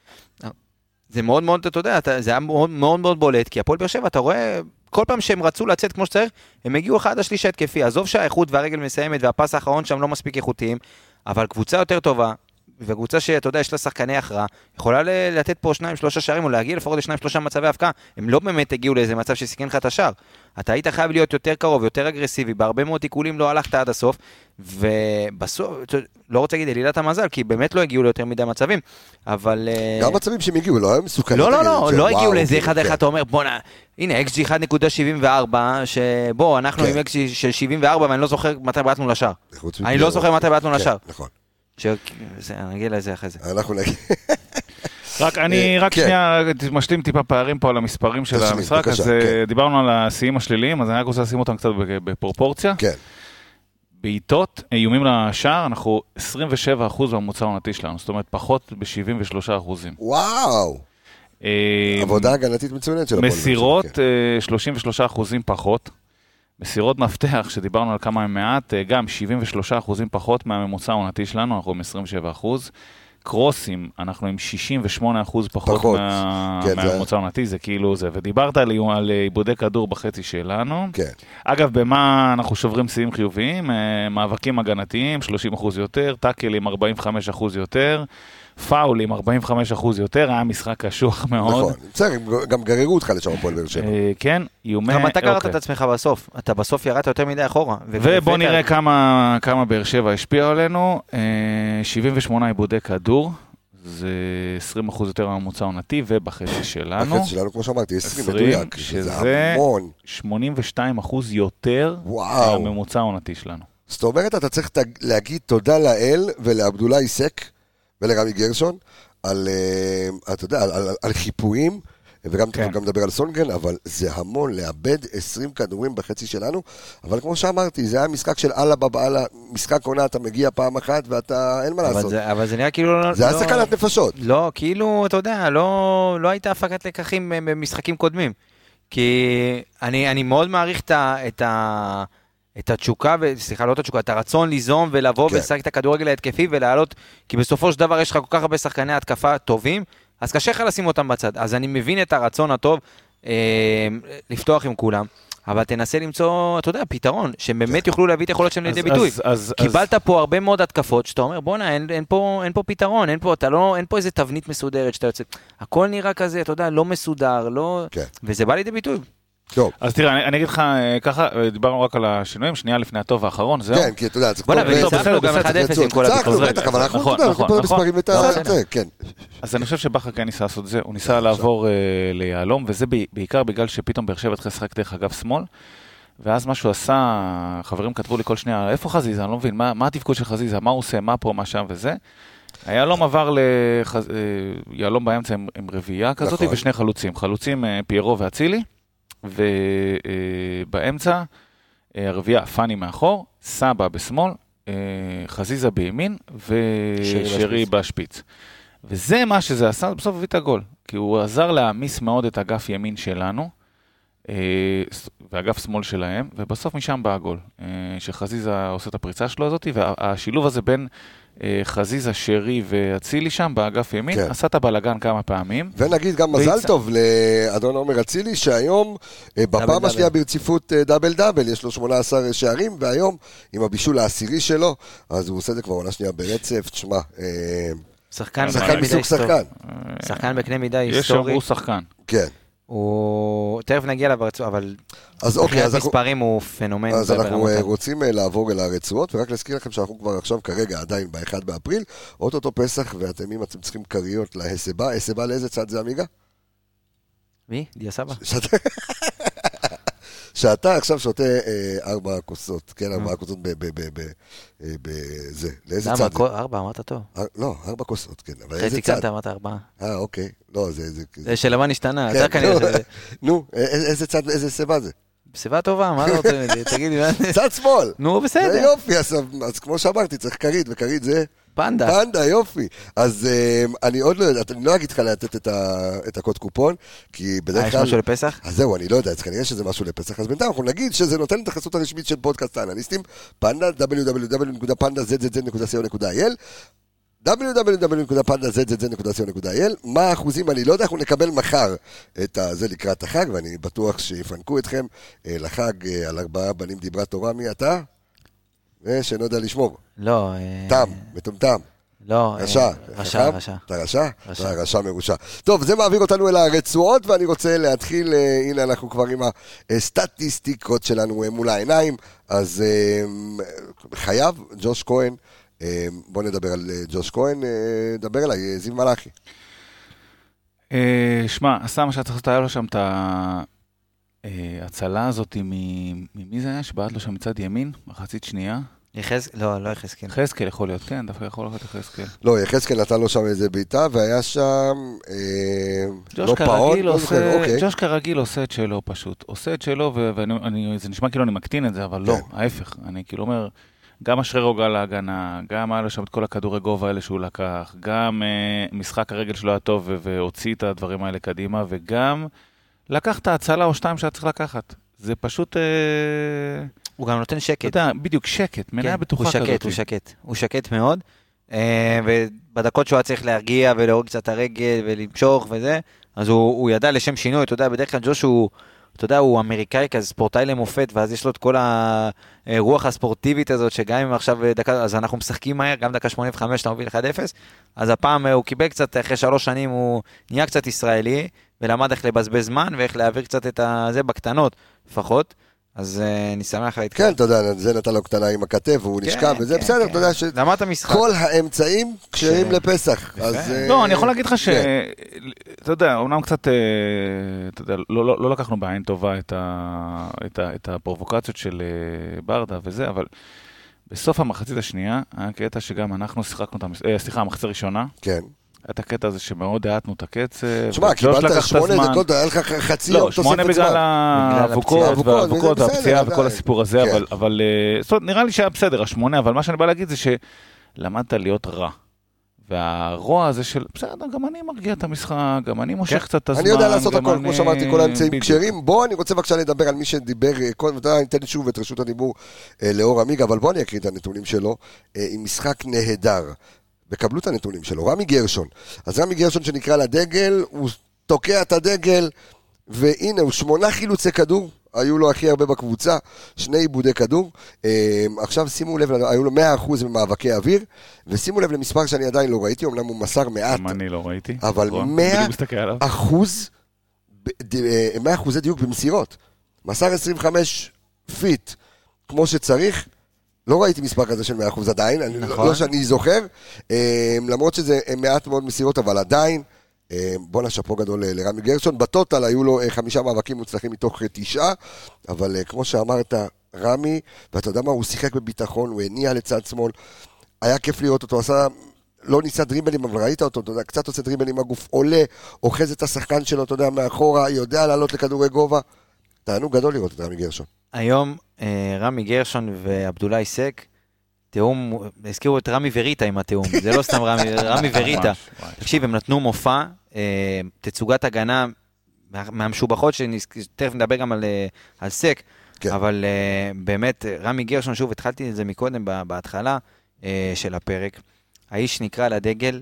זה מאוד מאוד, אתה יודע, זה היה מאוד מאוד מאוד בולט, כי הפועל באר שבע, אתה רואה, כל פעם שהם רצו לצאת כמו שצריך, הם הגיעו אחד השליש ההתקפי, עזוב שהאיכות והרגל מסיימת, והפס האחרון שם לא מספיק איכותיים, אבל קבוצה יותר טובה, וקבוצה שאתה יודע, יש לה שחקני הכרעה, יכולה לתת פה 2-3 שערים, או להגיע לפחות ל2-3 מצבי הפקעה, הם לא באמת הגיעו לאיזה מצב שסיכן לך את השער. אתה היית חייב להיות יותר קרוב, יותר אגרסיבי, בהרבה מאוד תיקולים לא הלכת עד הסוף, ובסוף, לא רוצה להגיד אלילת המזל, כי באמת לא הגיעו ליותר מדי מצבים, אבל... גם מצבים שהם הגיעו, לא היו מסוכנים. לא הגיעו לאיזה אחד, אתה אומר, בוא, הנה, XG 1.74, שבוא, אנחנו עם XG של 74, ואני לא זוכר מתי בעטנו לשער. אני לא זוכר מתי בעטנו לשער. נכון. נגיע לזה אחרי זה. אנחנו נגיע. רק שנייה, משלים טיפה פערים פה על המספרים של המשחק, אז דיברנו על השיאים השליליים, אז אני רק רוצה לשים אותם קצת בפרופורציה. כן. בעיטות, איומים לשער, אנחנו 27% בממוצע העונתי שלנו, זאת אומרת פחות ב-73%. וואו! עבודה הגנתית מצוינת של הפועל. מסירות, 33% פחות. מסירות מפתח, שדיברנו על כמה מעט, גם 73% פחות מהממוצע העונתי שלנו, אנחנו עם 27%. קרוסים, אנחנו עם 68% פחות מהממוצע העונתי, זה כאילו זה. ודיברת על עיבודי כדור בחצי שלנו. כן. אגב, במה אנחנו שוברים שיאים חיוביים? מאבקים הגנתיים, 30% יותר, טאקלים 45% יותר, פאולים 45% יותר, היה משחק קשוח מאוד. נכון, בסדר, גם גררו אותך לשם הפועל באר שבע. כן, איומי... גם אתה קראת את עצמך בסוף, אתה בסוף ירדת יותר מדי אחורה. ובוא נראה כמה באר שבע השפיע עלינו, 78 עיבודי כדור, זה 20% יותר מהממוצע העונתי, ובחצי שלנו... בחצי שלנו, כמו שאמרתי, 20 מדויק, שזה המון. 82% יותר מהממוצע העונתי שלנו. זאת אומרת, אתה צריך להגיד תודה לאל ולעבדולאי סק, ולרמי גרשון, אתה יודע, על חיפויים, וגם מדבר על סונגרן, אבל זה המון לאבד 20 כדורים בחצי שלנו, אבל כמו שאמרתי, זה היה משחק של אללה בבעלה, משחק עונה, אתה מגיע פעם אחת, ואתה, אין מה לעשות. אבל זה נראה כאילו... זה היה סכנת נפשות. לא, כאילו, אתה יודע, לא הייתה הפקת לקחים במשחקים קודמים, כי אני מאוד מעריך את התשוקה, סליחה, לא את התשוקה, את הרצון ליזום ולבוא ולשחק את הכדורגל ההתקפי ולעלות, כי בסופו של דבר יש לך כל כך הרבה שחקני התקפה טובים, אז קשה לך לשים אותם בצד. אז אני מבין את הרצון הטוב לפתוח עם כולם, אבל תנסה למצוא, אתה יודע, פתרון, שהם באמת יוכלו להביא את יכולות שלהם לידי ביטוי. קיבלת פה הרבה מאוד התקפות, שאתה אומר, בוא'נה, אין פה פתרון, אין פה איזה תבנית מסודרת שאתה יוצא. הכל נראה כזה, אתה יודע, לא מסודר, וזה בא לידי ביטוי. טוב. אז תראה, אני אגיד לך ככה, דיברנו רק על השינויים, שנייה לפני הטוב האחרון, זהו. כן, כי אתה יודע, בוא'נה, וניצחנו גם 1-0 עם כל הביקורת. בטח, אבל אנחנו נדבר במספרים את זה, כן. אז אני חושב שבכר כן ניסה לעשות זה, הוא ניסה לעבור ליהלום, וזה בעיקר בגלל שפתאום באר שבע התחיל לשחק דרך אגף שמאל, ואז מה שהוא עשה, חברים כתבו לי כל שנייה, איפה חזיזה? אני לא מבין, מה התפקוד של חזיזה? מה הוא עושה? מה פה, מה שם וזה? היהלום עבר ליהלום באמצע עם רביעייה כזאת ושני חלוצים פיירו ואצילי. ובאמצע הרביעה פני מאחור, סבא בשמאל, חזיזה בימין ושרי בשפיץ. וזה מה שזה עשה, בסוף הביא את הגול. כי הוא עזר להעמיס מאוד את אגף ימין שלנו, ואגף שמאל שלהם, ובסוף משם בא הגול. שחזיזה עושה את הפריצה שלו הזאת, והשילוב הזה בין חזיזה, שרי ואצילי שם, באגף ימין, כן. עשה את הבלגן כמה פעמים. ונגיד גם מזל טוב לאדון עומר אצילי, שהיום, בפעם השנייה ברציפות דאבל דאבל, יש לו 18 שערים, והיום, עם הבישול העשירי שלו, אז הוא עושה את זה כבר עונה שנייה ברצף, תשמע, שחקן מסוג שחקן. שחקן בקנה מידה היסטורי. יש אמרו שחקן. כן. הוא תכף נגיע לרצועות, אבל מבחינת מספרים הוא פנומן. אז אנחנו רוצים לעבור אל הרצועות, ורק להזכיר לכם שאנחנו כבר עכשיו כרגע עדיין ב-1 באפריל, אוטוטו פסח, ואתם אם אתם צריכים קריות להסבה, הסבה לאיזה צד זה עמיגה? מי? דיה סבא. שאתה עכשיו שותה 4 כוסות, כן, 4 כוסות בזה, לאיזה צד זה? 4, אמרת טוב. לא, 4 כוסות, כן, אבל איזה צד? חצי קצת אמרת 4. אוקיי, לא, זה שלמה נשתנה, אתה כנראה. נו, איזה צד, איזה סבה זה? סבה טובה, מה אתה רוצה? תגיד לי. צד שמאל. נו, בסדר. זה יופי, אז כמו שאמרתי, צריך קרית, וקרית זה... פנדה. פנדה, יופי. אז אני עוד לא יודע, אני לא אגיד לך לתת את הקוד קופון, כי בדרך כלל... יש משהו לפסח? אז זהו, אני לא יודע, אז כנראה שזה משהו לפסח. אז בינתיים אנחנו נגיד שזה נותן את החסות הרשמית של פודקאסט האנליסטים, פנדה, www.pandazz.co.il, www.pandazz.co.il. מה האחוזים? אני לא יודע, אנחנו נקבל מחר את זה לקראת החג, ואני בטוח שיפנקו אתכם לחג על 4 בנים דיברה תורה. מי אתה? שאני לא יודע לשמור. לא. תם, מטומטם. לא. רשע. רשע. אתה רשע? רשע מרושע. טוב, זה מעביר אותנו אל הרצועות, ואני רוצה להתחיל, הנה אנחנו כבר עם הסטטיסטיקות שלנו מול העיניים, אז חייב, ג'וש כהן, בוא נדבר על ג'וש כהן, דבר אליי, זיו מלאכי. שמע, עשה מה שצריך לעשות, היה לו שם את ההצלה הזאת, ממי זה היה שבעט לו שם מצד ימין, מחצית שנייה? לא יחזקאל. יחזקאל יכול להיות, כן, דווקא יכול להיות יחזקאל. לא, יחזקאל נתן לו שם איזה ביתה, והיה שם לא פעון. ג'וש כרגיל עושה את שלו פשוט. עושה את שלו, וזה נשמע כאילו אני מקטין את זה, אבל לא, ההפך. אני כאילו אומר, גם אשרי רוגע להגנה, גם היה לו שם את כל הכדורי גובה האלה שהוא לקח, גם משחק הרגל שלו היה טוב, והוציא את הדברים האלה קדימה, וגם לקח את ההצלה או 2 שהיה צריך לקחת. זה פשוט... הוא גם נותן שקט. אתה יודע, בדיוק שקט, מניה בטוחה כזאת. הוא שקט מאוד, ובדקות שהוא היה צריך להרגיע ולהוריד קצת את הרגל ולמשוך וזה, אז הוא ידע לשם שינוי, אתה יודע, בדרך כלל ג'וש הוא, אתה יודע, הוא אמריקאי כזה, ספורטאי למופת, ואז יש לו את כל הרוח הספורטיבית הזאת, שגם אם עכשיו דקה, אז אנחנו משחקים מהר, גם דקה 85, אתה מוביל 1-0, אז הפעם הוא קיבל קצת, אחרי 3 שנים הוא נהיה קצת ישראלי, ולמד איך לבזבז זמן, ואיך להעביר קצת את זה בקטנות, לפחות. אז אני שמח להתקדם. כן, אתה יודע, זה נתן לו קטנה עם הכתב, והוא נשכב, וזה בסדר, אתה יודע שכל האמצעים כשרים לפסח. לא, אני יכול להגיד לך ש... אתה יודע, אומנם קצת, אתה יודע, לא לקחנו בעין טובה את הפרובוקציות של ברדה וזה, אבל בסוף המחצית השנייה, היה קטע שגם אנחנו שיחקנו, סליחה, המחצית הראשונה. כן. את הקטע הזה שמאוד דעתנו את הקצב. תשמע, קיבלת 8 דקות, היה לך חצי יום תוספת זמן. לא, 8 בגלל האבוקות והפציעה וכל הסיפור הזה, אבל נראה לי שהיה בסדר, 8, אבל מה שאני בא להגיד זה שלמדת להיות רע. והרוע הזה של, בסדר, גם אני מרגיע את המשחק, גם אני מושך קצת את הזמן. אני יודע לעשות הכל, כמו שאמרתי, כל האמצעים כשרים. בוא, אני רוצה בבקשה לדבר על מי שדיבר, אני אתן שוב את רשות הדיבור לאור עמיגה, אבל בוא אני אקריא את הנתונים שלו, עם משחק נהדר. וקבלו את הנתונים שלו, רמי גרשון. אז רמי גרשון שנקרא לדגל, הוא תוקע את הדגל, והנה, הוא 8 חילוצי כדור, היו לו הכי הרבה בקבוצה, 2 עיבודי כדור. עכשיו שימו לב, היו לו 100% במאבקי אוויר, ושימו לב למספר שאני עדיין לא ראיתי, אמנם הוא מסר מעט. גם אני לא ראיתי. אבל 100% דיוק במסירות. מסר 25 פיט, כמו שצריך, לא ראיתי מספר כזה של 100% עדיין, לא שאני זוכר, למרות שזה מעט מאוד מסירות, אבל עדיין, בוא נשפו גדול לרמי גרשון, בטוטל היו לו 5 מאבקים מוצלחים מתוך 9, אבל כמו שאמרת, רמי, ואתה יודע מה, הוא שיחק בביטחון, הוא הניע לצד שמאל, היה כיף לראות אותו, עשה, לא ניסה דריבלים, אבל ראית אותו, אתה יודע, קצת עושה דריבלים, הגוף עולה, אוחז את השחקן שלו, אתה יודע, מאחורה, יודע לעלות לכדורי גובה, תענוג גדול לראות את רמי גרשון. היום רמי גרשון ועבדולאי סק תיאום, הזכירו את רמי וריטה עם התיאום, זה לא סתם רמי וריטה. תקשיב, הם נתנו מופע, תצוגת הגנה מהמשובחות, שתכף נדבר גם על סק, אבל באמת, רמי גרשון, שוב, התחלתי את זה מקודם בהתחלה של הפרק, האיש נקרא לדגל,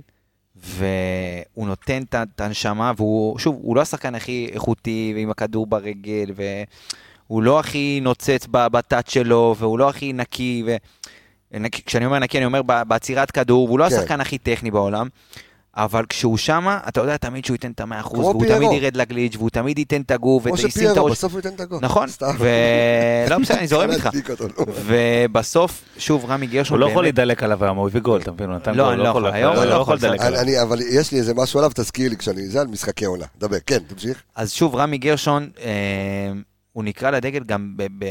והוא נותן את הנשמה, והוא, שוב, הוא לא השחקן הכי איכותי, ועם הכדור ברגל, והוא לא הכי נוצץ בטאט שלו, והוא לא הכי נקי, כשאני אומר נקי, אני אומר בעצירת כדור, והוא לא השחקן הכי טכני בעולם, אבל כשהוא שמה, אתה יודע תמיד שהוא ייתן את 100%, והוא תמיד ירד לגליץ', והוא תמיד ייתן את הגוף, כמו שפיירו, בסוף הוא ייתן את הגוף. נכון, ולא בסדר, אני זורם איתך. ובסוף, שוב, רמי גרשון... הוא לא יכול להידלק עליו, הוא הביא גול, אתה מבין? לא, אני לא יכול לדלק עליו. אבל יש לי איזה משהו עליו, תזכיר לי כשאני זה על משחקי עונה. דבר, כן, תמשיך. אז שוב, רמי גרשון, הוא נקרא לדגל גם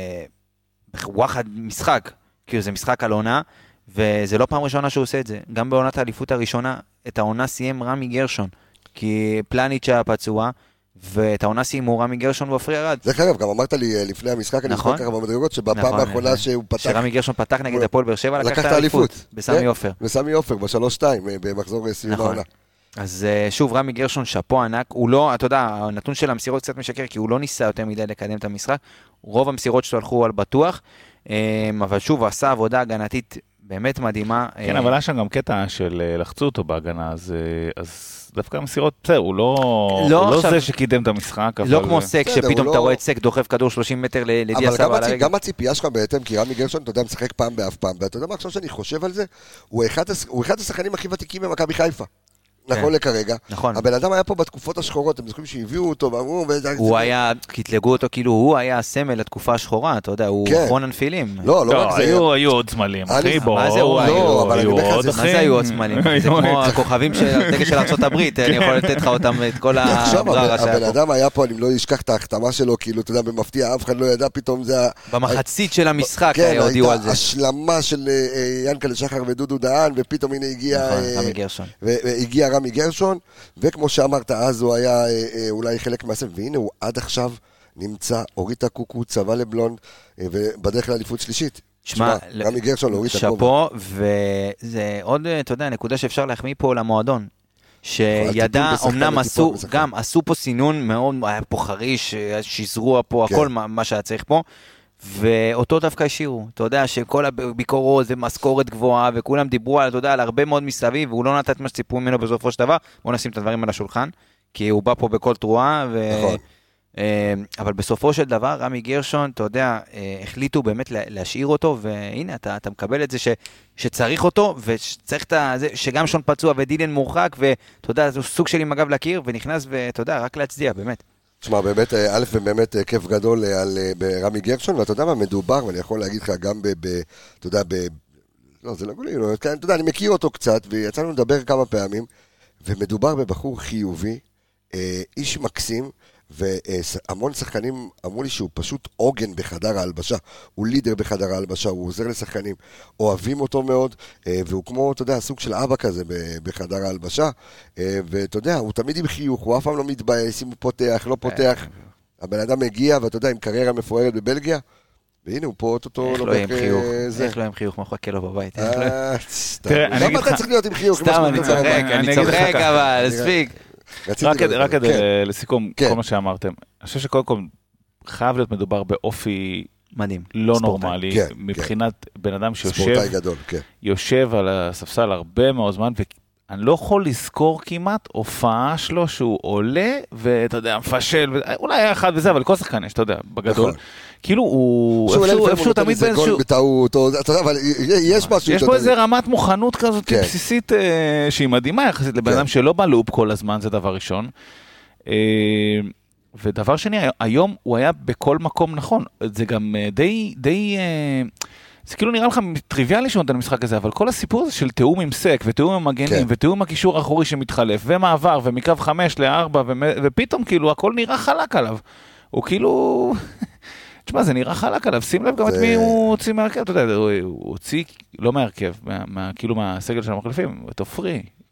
בוואחד משחק, כאילו זה משחק על עונה, וזה לא פעם ראשונה שהוא עושה את זה. גם בעונת האליפות הראשונה, את העונה סיים רמי גרשון, כי פלניץ' היה פצוע, ואת העונה סיימו רמי גרשון ואופרי ארד. זה חייב, גם אמרת לי לפני המשחק, אני זוכר ככה במדרגות, שבפעם האחרונה שהוא פתח... שרמי גרשון פתח נגד הפועל באר שבע, לקח את האליפות, בסמי עופר. בסמי עופר, ב3-2, במחזור סיום העונה. אז שוב, רמי גרשון שפו ענק, הוא לא, אתה יודע, הנתון של המסירות קצת משקר, כי הוא לא ניסה יותר מדי לקדם את המשחק, רוב המסירות שלו הלכו על בטוח, אבל שוב, הוא עשה עבודה הגנתית באמת מדהימה. כן, אבל היה שם גם קטע של לחצו אותו בהגנה, אז דווקא המסירות, בסדר, הוא לא זה שקידם את המשחק. לא כמו סק, שפתאום אתה רואה את סק דוחף כדור 30 מטר לדיה סבא על הרגע. אבל גם הציפייה שלך בהתאם, כי רמי גרשון, אתה יודע, משחק פעם באף פעם, ואתה יודע מה, עכשיו שאני חושב על זה, הוא אחד השחקנים הכי ותיקים במכבי חיפה. נכון לכרגע. נכון. הבן אדם היה פה בתקופות השחורות, הם זוכרים שהביאו אותו ואמרו... הוא היה, קטלגו אותו כאילו הוא היה הסמל לתקופה השחורה, אתה יודע, הוא אחרון הנפילים. לא רק זה. היו עוד סמלים, אחי, בואו. מה זה הוא היו עוד אחים? מה זה היו עוד סמלים? זה כמו הכוכבים של דגל של ארצות הברית, אני יכול לתת לך אותם את כל הבררה שהיה פה. הבן אדם היה פה, אני לא אשכח את ההחתמה שלו, כאילו, אתה יודע, במפתיע, אף אחד לא ידע, פתאום זה... במחצית של המשחק הודיעו על זה. השלמה של ינקלה שחר ודודו דהן, ופתאום הנה הגיע רמי גרשון, וכמו שאמרת, אז הוא היה אולי חלק מהסם, והנה הוא עד עכשיו נמצא, הוריד את הקוקו, צבא לבלונד, ובדרך לאליפות שלישית. שמע, רמי גרשון הוריד את הקוקו. שפו, וזה עוד, אתה יודע, נקודה שאפשר להחמיא פה למועדון, שידע, אמנם עשו פה סינון מאוד, היה פה חריש, שזרוע פה, הכל מה שהיה צריך פה, ואותו דווקא השאירו, אתה יודע שכל הביקורות זה משכורת גבוהה, וכולם דיברו על, אתה יודע, על הרבה מאוד מסביב, והוא לא נתן את מה שציפו ממנו בסופו של דבר, בוא נשים את הדברים על השולחן, כי הוא בא פה בכל תרועה, אבל בסופו של דבר, רמי גרשון, אתה יודע, החליטו באמת להשאיר אותו, והנה, אתה מקבל את זה שצריך אותו, וצריך שגם שון פצוע ודילן מורחק, ואתה יודע, זה סוג שלי מגב לקיר, ונכנס, ואתה יודע, רק להצדיע, באמת. תשמע, באמת, א' ובאמת כיף גדול ברמי גרשון, ואתה יודע מה מדובר, ואני יכול להגיד לך גם אתה יודע, לא, זה לא גולי, אתה יודע, אני מכיר אותו קצת, ויצאנו לדבר כמה פעמים, ומדובר בבחור חיובי, איש מקסים, והמון שחקנים אמרו לי שהוא פשוט עוגן בחדר ההלבשה, הוא לידר בחדר ההלבשה, הוא עוזר לשחקנים, אוהבים אותו מאוד, והוא כמו, אתה יודע, סוג של אבא כזה בחדר ההלבשה, ואתה יודע, הוא תמיד עם חיוך, הוא אף פעם לא מתבאס, אם הוא פותח, לא פותח, הבן אדם מגיע, ואתה יודע, עם קריירה מפוארת בבלגיה, והנה הוא פה אותו... איך לא עם חיוך? איך לא עם חיוך? מחכה לו בבית? למה אתה צריך להיות עם חיוך? סתם, אני צוחק, אבל ספיק. רק לסיכום, כל מה שאמרתם, אני חושב שקודם כל חייב להיות מדובר באופי מדהים, לא נורמלי, מבחינת בן אדם שיושב על הספסל הרבה מאוד זמן, ואני לא יכול לזכור כמעט הופעה שלו שהוא עולה, ואתה יודע, מפשל, אולי היה אחד וזה, אבל כל שחקן יש, אתה יודע, בגדול. כאילו הוא איפשהו תמיד באיזשהו... אתה יודע, אבל יש משהו... יש פה איזה רמת מוכנות כזאת בסיסית שהיא מדהימה יחסית לבן אדם שלא בא לופ כל הזמן, זה דבר ראשון. ודבר שני, היום הוא היה בכל מקום נכון. זה גם די... זה כאילו נראה לך טריוויאלי שהוא נותן המשחק הזה, אבל כל הסיפור הזה של תיאום עם סק, ותיאום עם מגנים, ותיאום הקישור האחורי שמתחלף, ומעבר, ומקו 5 ל-4, ופתאום כאילו הכל נראה חלק עליו. הוא כאילו... תשמע, זה נראה חלק עליו, שים לב גם את מי הוא הוציא מהרכב, אתה יודע, הוא הוציא, לא מהרכב, כאילו מהסגל של המחליפים, את אופרי,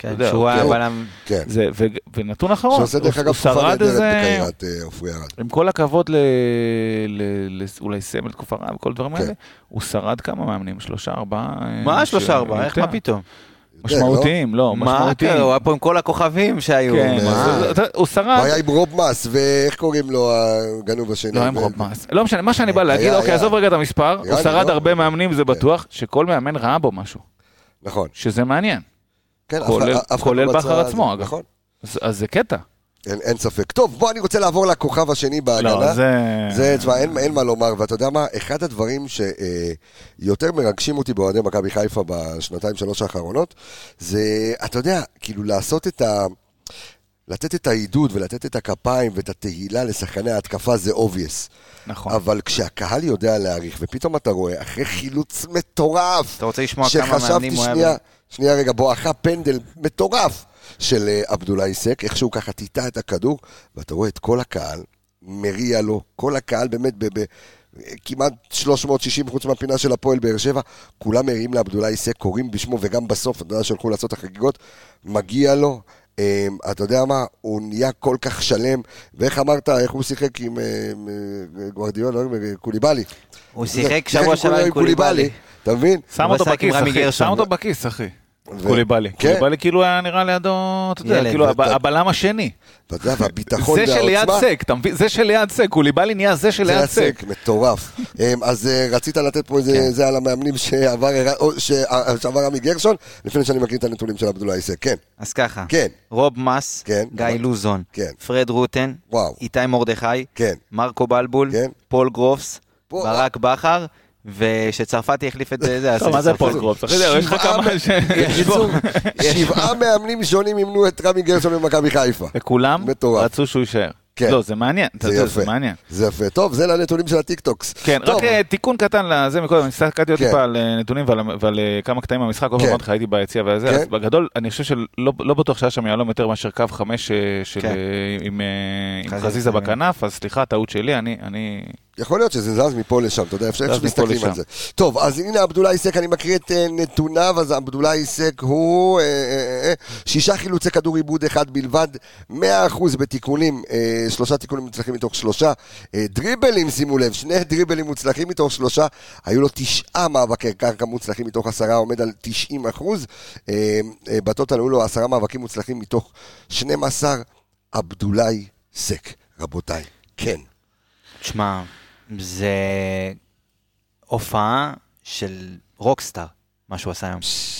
כן, שהוא היה בלם. כן. ונתון אחרון, שעושה דרך אגב תקופה נהדרת בקריירת עופרי ארד. עם כל הכבוד אולי סמל תקופה רעה וכל דברים האלה, הוא שרד כמה מאמנים? 3-4? מה 3-4? איך מה פתאום? משמעותיים, לא, משמעותיים. הוא היה פה עם כל הכוכבים שהיו. הוא שרד. הוא היה עם רוב מס, ואיך קוראים לו הגנוב השני? לא, עם רוב מס. לא משנה, מה שאני בא להגיד, אוקיי, עזוב רגע את המספר, הוא שרד הרבה מאמנים, זה בטוח, שכל מאמן ראה בו משהו. נכון. שזה מעניין. כן, כולל בכר עצמו, אגב. אז זה קטע. אין ספק. טוב, בוא, אני רוצה לעבור לכוכב השני בהגנה. לא, זה, תשמע, אין מה לומר, ואתה יודע מה, אחד הדברים שיותר מרגשים אותי באוהדי מכבי חיפה בשנתיים, 3 האחרונות, זה, אתה יודע, כאילו לעשות לתת את העידוד ולתת את הכפיים ואת התהילה לשחקני ההתקפה זה obvious. נכון. אבל כשהקהל יודע להעריך, ופתאום אתה רואה, אחרי חילוץ מטורף, אתה רוצה לשמוע כמה מאמנים הוא היה... שנייה רגע, בואכה פנדל מטורף של עבדולאי איסק, איכשהו ככה טיטה את הכדור, ואתה רואה את כל הקהל, מריע לו, כל הקהל באמת כמעט 360 חוץ מהפינה של הפועל באר שבע, כולם מריעים לעבדולאי איסק, קוראים בשמו, וגם בסוף, אתה יודע שהולכו לעשות החגיגות, מגיע לו, אתה יודע מה, הוא נהיה כל כך שלם, ואיך אמרת, איך הוא שיחק עם גוארדיולה, קוליבאלי. הוא שיחק שבוע שעבר עם קוליבאלי. אתה מבין? שם אותו בכיס, אחי. שם אותו בכיס, אחי. קוליבאלי. קוליבאלי כאילו היה נראה לידו, אתה יודע, כאילו הבלם השני. אתה יודע, והביטחון והעוצמה. זה שליד סק, אתה מבין? זה שליד סק, קוליבאלי נהיה זה שליד סק. מטורף. אז רצית לתת פה איזה על המאמנים שעבר עמי גרשון, לפני שאני מקריא את הנתונים של עבדולאי איסק, כן. אז ככה, כן. רוב מס, גיא לוזון, פרד רוטן, איתי מרדכי, מרקו בלבול, פול גרופס, ברק בכר, ושצרפתי החליף את זה. מה זה פול גרופס? יש לך כמה... 7 מאמנים שונים ימנו את רמי גרשון במכבי חיפה. וכולם רצו שהוא יישאר. לא, זה מעניין. זה מעניין. זה יפה. טוב, זה לנתונים של הטיקטוקס. כן, רק תיקון קטן לזה מקודם, אני הסתכלתי עוד טיפה על נתונים ועל כמה קטעים במשחק, כל פעם הייתי ביציע וזה, אז בגדול, אני חושב שלא בטוח שהיה שם יעלום יותר מאשר קו 5 עם חזיזה בכנף, אז סליחה, טעות שלי, אני... יכול להיות שזה זז מפה לשם, אתה יודע, אפשר שמסתכלים על זה. טוב, אז הנה עבדולאי איסק, אני מקריא את נתוניו, אז עבדולאי איסק הוא 6 חילוצי כדור עיבוד 1 בלבד, 100% בתיקונים, 3 תיקונים מוצלחים מתוך 3, דריבלים, שימו לב, 2 דריבלים מוצלחים מתוך 3, היו לו 9 מאבקי קרקע מוצלחים מתוך 10, עומד על 90%, בטוטל היו לו 10 מאבקים מוצלחים מתוך 12, עבדולאי איסק, רבותיי, כן. תשמע, זה הופעה של רוקסטאר, מה שהוא עשה היום.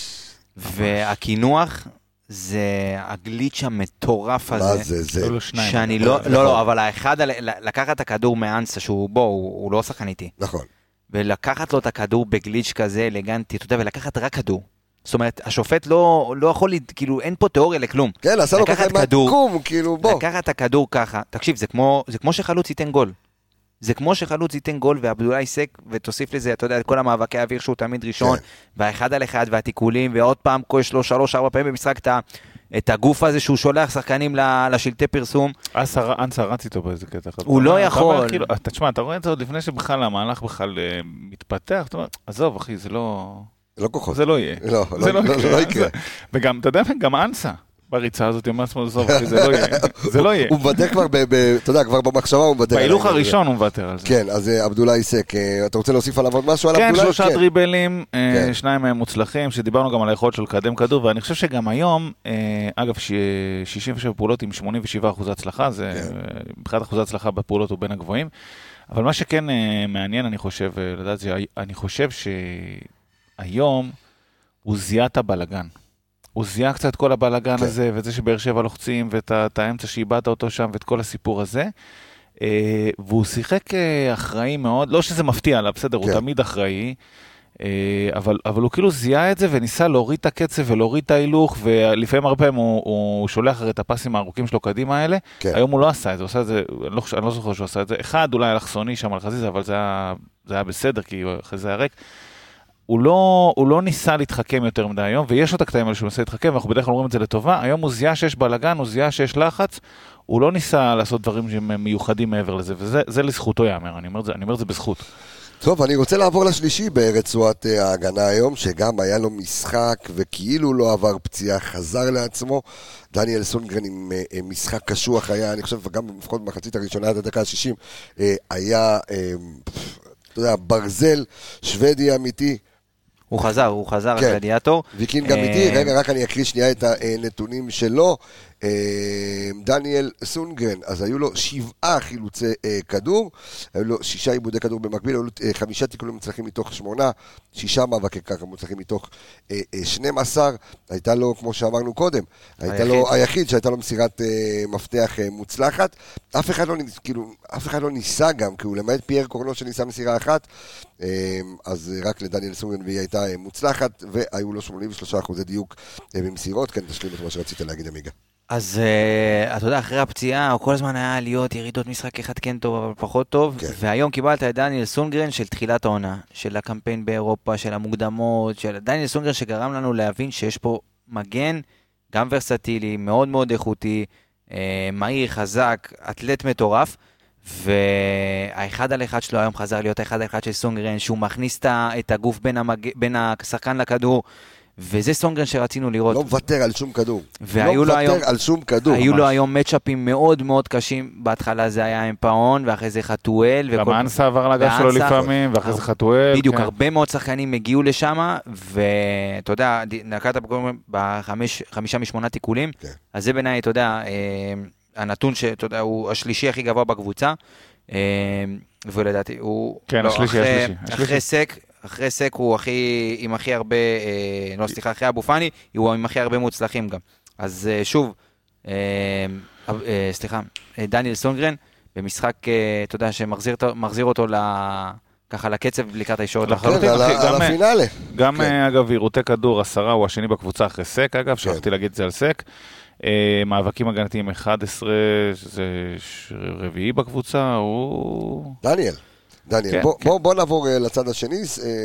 והכינוח זה הגליץ' המטורף הזה. זה? שאני לא, אבל האחד, לקחת את הכדור מאנסה, שהוא בו, הוא לא שחקן איתי. נכון. ולקחת לו את הכדור בגליץ' כזה אלגנטי, אתה יודע, ולקחת רק כדור. זאת אומרת, השופט לא יכול, כאילו, אין פה תיאוריה לכלום. כן, עשה לו ככה מקום, כאילו, בוא. לקחת את הכדור ככה, תקשיב, זה כמו שחלוץ ייתן גול. זה כמו שחלוץ ייתן גול ועבדולאי איסק, ותוסיף לזה, אתה יודע, כל המאבקי האוויר שהוא תמיד ראשון, והאחד על אחד והתיקולים, ועוד פעם, יש לו 3-4 פעמים במשחק את הגוף הזה שהוא שולח שחקנים לשלטי פרסום. אנסה רץ איתו באיזה קטע. הוא לא יכול. תשמע, אתה רואה את זה עוד לפני שבכלל המהלך בכלל מתפתח, אתה אומר, עזוב אחי, זה לא... לא כוחות. זה לא יהיה. לא יקרה. וגם, אתה יודע, גם אנסה. בריצה הזאת, יום עצמו זוב, זה לא יהיה. זה לא יהיה. הוא מוותר כבר, אתה יודע, כבר במחשבה הוא מוותר. בהילוך הראשון הוא מוותר על זה. כן, אז עבדולאי איסק, אתה רוצה להוסיף עליו עוד משהו על עבדולאי? כן, 3 דריבלים, 2 מהם מוצלחים, שדיברנו גם על היכולת של לקדם כדור, ואני חושב שגם היום, אגב, 67 פעולות עם 87% הצלחה, זה מבחינת אחוזי הצלחה בפעולות הוא בין הגבוהים, אבל מה שכן מעניין, אני חושב, לדעת זה, אני חושב שהיום הוא זיהה את הבלגן. הוא זיהה קצת כל הבלגן הזה, ואת זה שבאר שבע לוחצים, ואת האמצע שאיבדת אותו שם, ואת כל הסיפור הזה. והוא שיחק אחראי מאוד, לא שזה מפתיע עליו, בסדר, הוא תמיד אחראי, אבל הוא כאילו זיהה את זה, וניסה להוריד את הקצב, ולהוריד את ההילוך, ולפעמים הרבה פעמים הוא שולח את הפסים הארוכים שלו קדימה האלה. היום הוא לא עשה את זה, הוא עשה את זה, אני לא זוכר שהוא עשה את זה. אחד, אולי אלכסוני שם על חזיזה, אבל זה היה בסדר, כי חזיזה היה ריק. הוא לא ניסה להתחכם יותר מדי היום, ויש לו את הקטעים האלה שהוא ניסה להתחכם, ואנחנו בדרך כלל אומרים את זה לטובה. היום הוא זיהה שיש בלגן, הוא זיהה שיש לחץ, הוא לא ניסה לעשות דברים שהם מיוחדים מעבר לזה, וזה לזכותו יאמר, אני אומר את זה בזכות. טוב, אני רוצה לעבור לשלישי ברצועת ההגנה היום, שגם היה לו משחק וכאילו לא עבר פציעה, חזר לעצמו. דניאל סונגרן עם משחק קשוח היה, אני חושב, וגם לפחות במחצית הראשונה עד הדקה ה-60, היה, אתה יודע, ברזל שוודי אמיתי. הוא חזר, הגלדיאטור. ויקינג אמיתי, רגע, רק אני אקריא שנייה את הנתונים שלו. דניאל סונגרן, אז היו לו 7 חילוצי כדור, היו לו 6 עיבודי כדור במקביל, היו לו 5 תיקולים מוצלחים מתוך 8, 6 מאבקי קרקע מוצלחים מתוך 12, הייתה לו, כמו שאמרנו קודם, הייתה לו היחיד שהייתה לו מסירת מפתח מוצלחת, אף אחד לא ניסה גם, כי הוא למעט פייר קורנו שניסה מסירה אחת, אז רק לדניאל סונגרן והיא הייתה מוצלחת, והיו לו 83% דיוק במסירות. כן, תשלים את מה שרצית להגיד, עמיגה. אז אתה יודע, אחרי הפציעה, הוא כל הזמן היה להיות ירידות משחק אחד כן טוב, אבל פחות טוב, והיום קיבלת את דניאל סונגרן של תחילת העונה, של הקמפיין באירופה, של המוקדמות, של דניאל סונגרן שגרם לנו להבין שיש פה מגן, גם ורסטילי, מאוד מאוד איכותי, מהיר, חזק, אתלט מטורף, והאחד על אחד שלו היום חזר להיות האחד על אחד של סונגרן, שהוא מכניס את הגוף בין השחקן לכדור, וזה סונגרן שרצינו לראות. לא מוותר על שום כדור. היו לו היום מצ'אפים מאוד מאוד קשים, בהתחלה זה היה אמפאון, ואחרי זה חטואל. גם אנסה עבר לגב שלו לפעמים, ואחרי זה חטואל. בדיוק, הרבה מאוד שחקנים הגיעו לשם, ואתה יודע, נקעת ב5 מ8 תיקולים, אז זה בעיניי, אתה יודע, הנתון שאתה יודע, הוא השלישי הכי גבוה בקבוצה, ולדעתי, הוא... כן, השלישי. אחרי סק הוא עם הכי הרבה, אחרי אבו פאני, הוא עם הכי הרבה מוצלחים גם. אז שוב, דניאל סונגרן, במשחק, אתה יודע, שמחזיר אותו ככה לקצב לקראת הישורת לחלוטין. על הפינאלה. גם אגב, עירותי כדור 10, הוא השני בקבוצה אחרי סק, אגב, שכחתי להגיד את זה על סק. מאבקים הגנתיים 11, זה רביעי בקבוצה, הוא... דניאל, בוא נעבור לצד השני,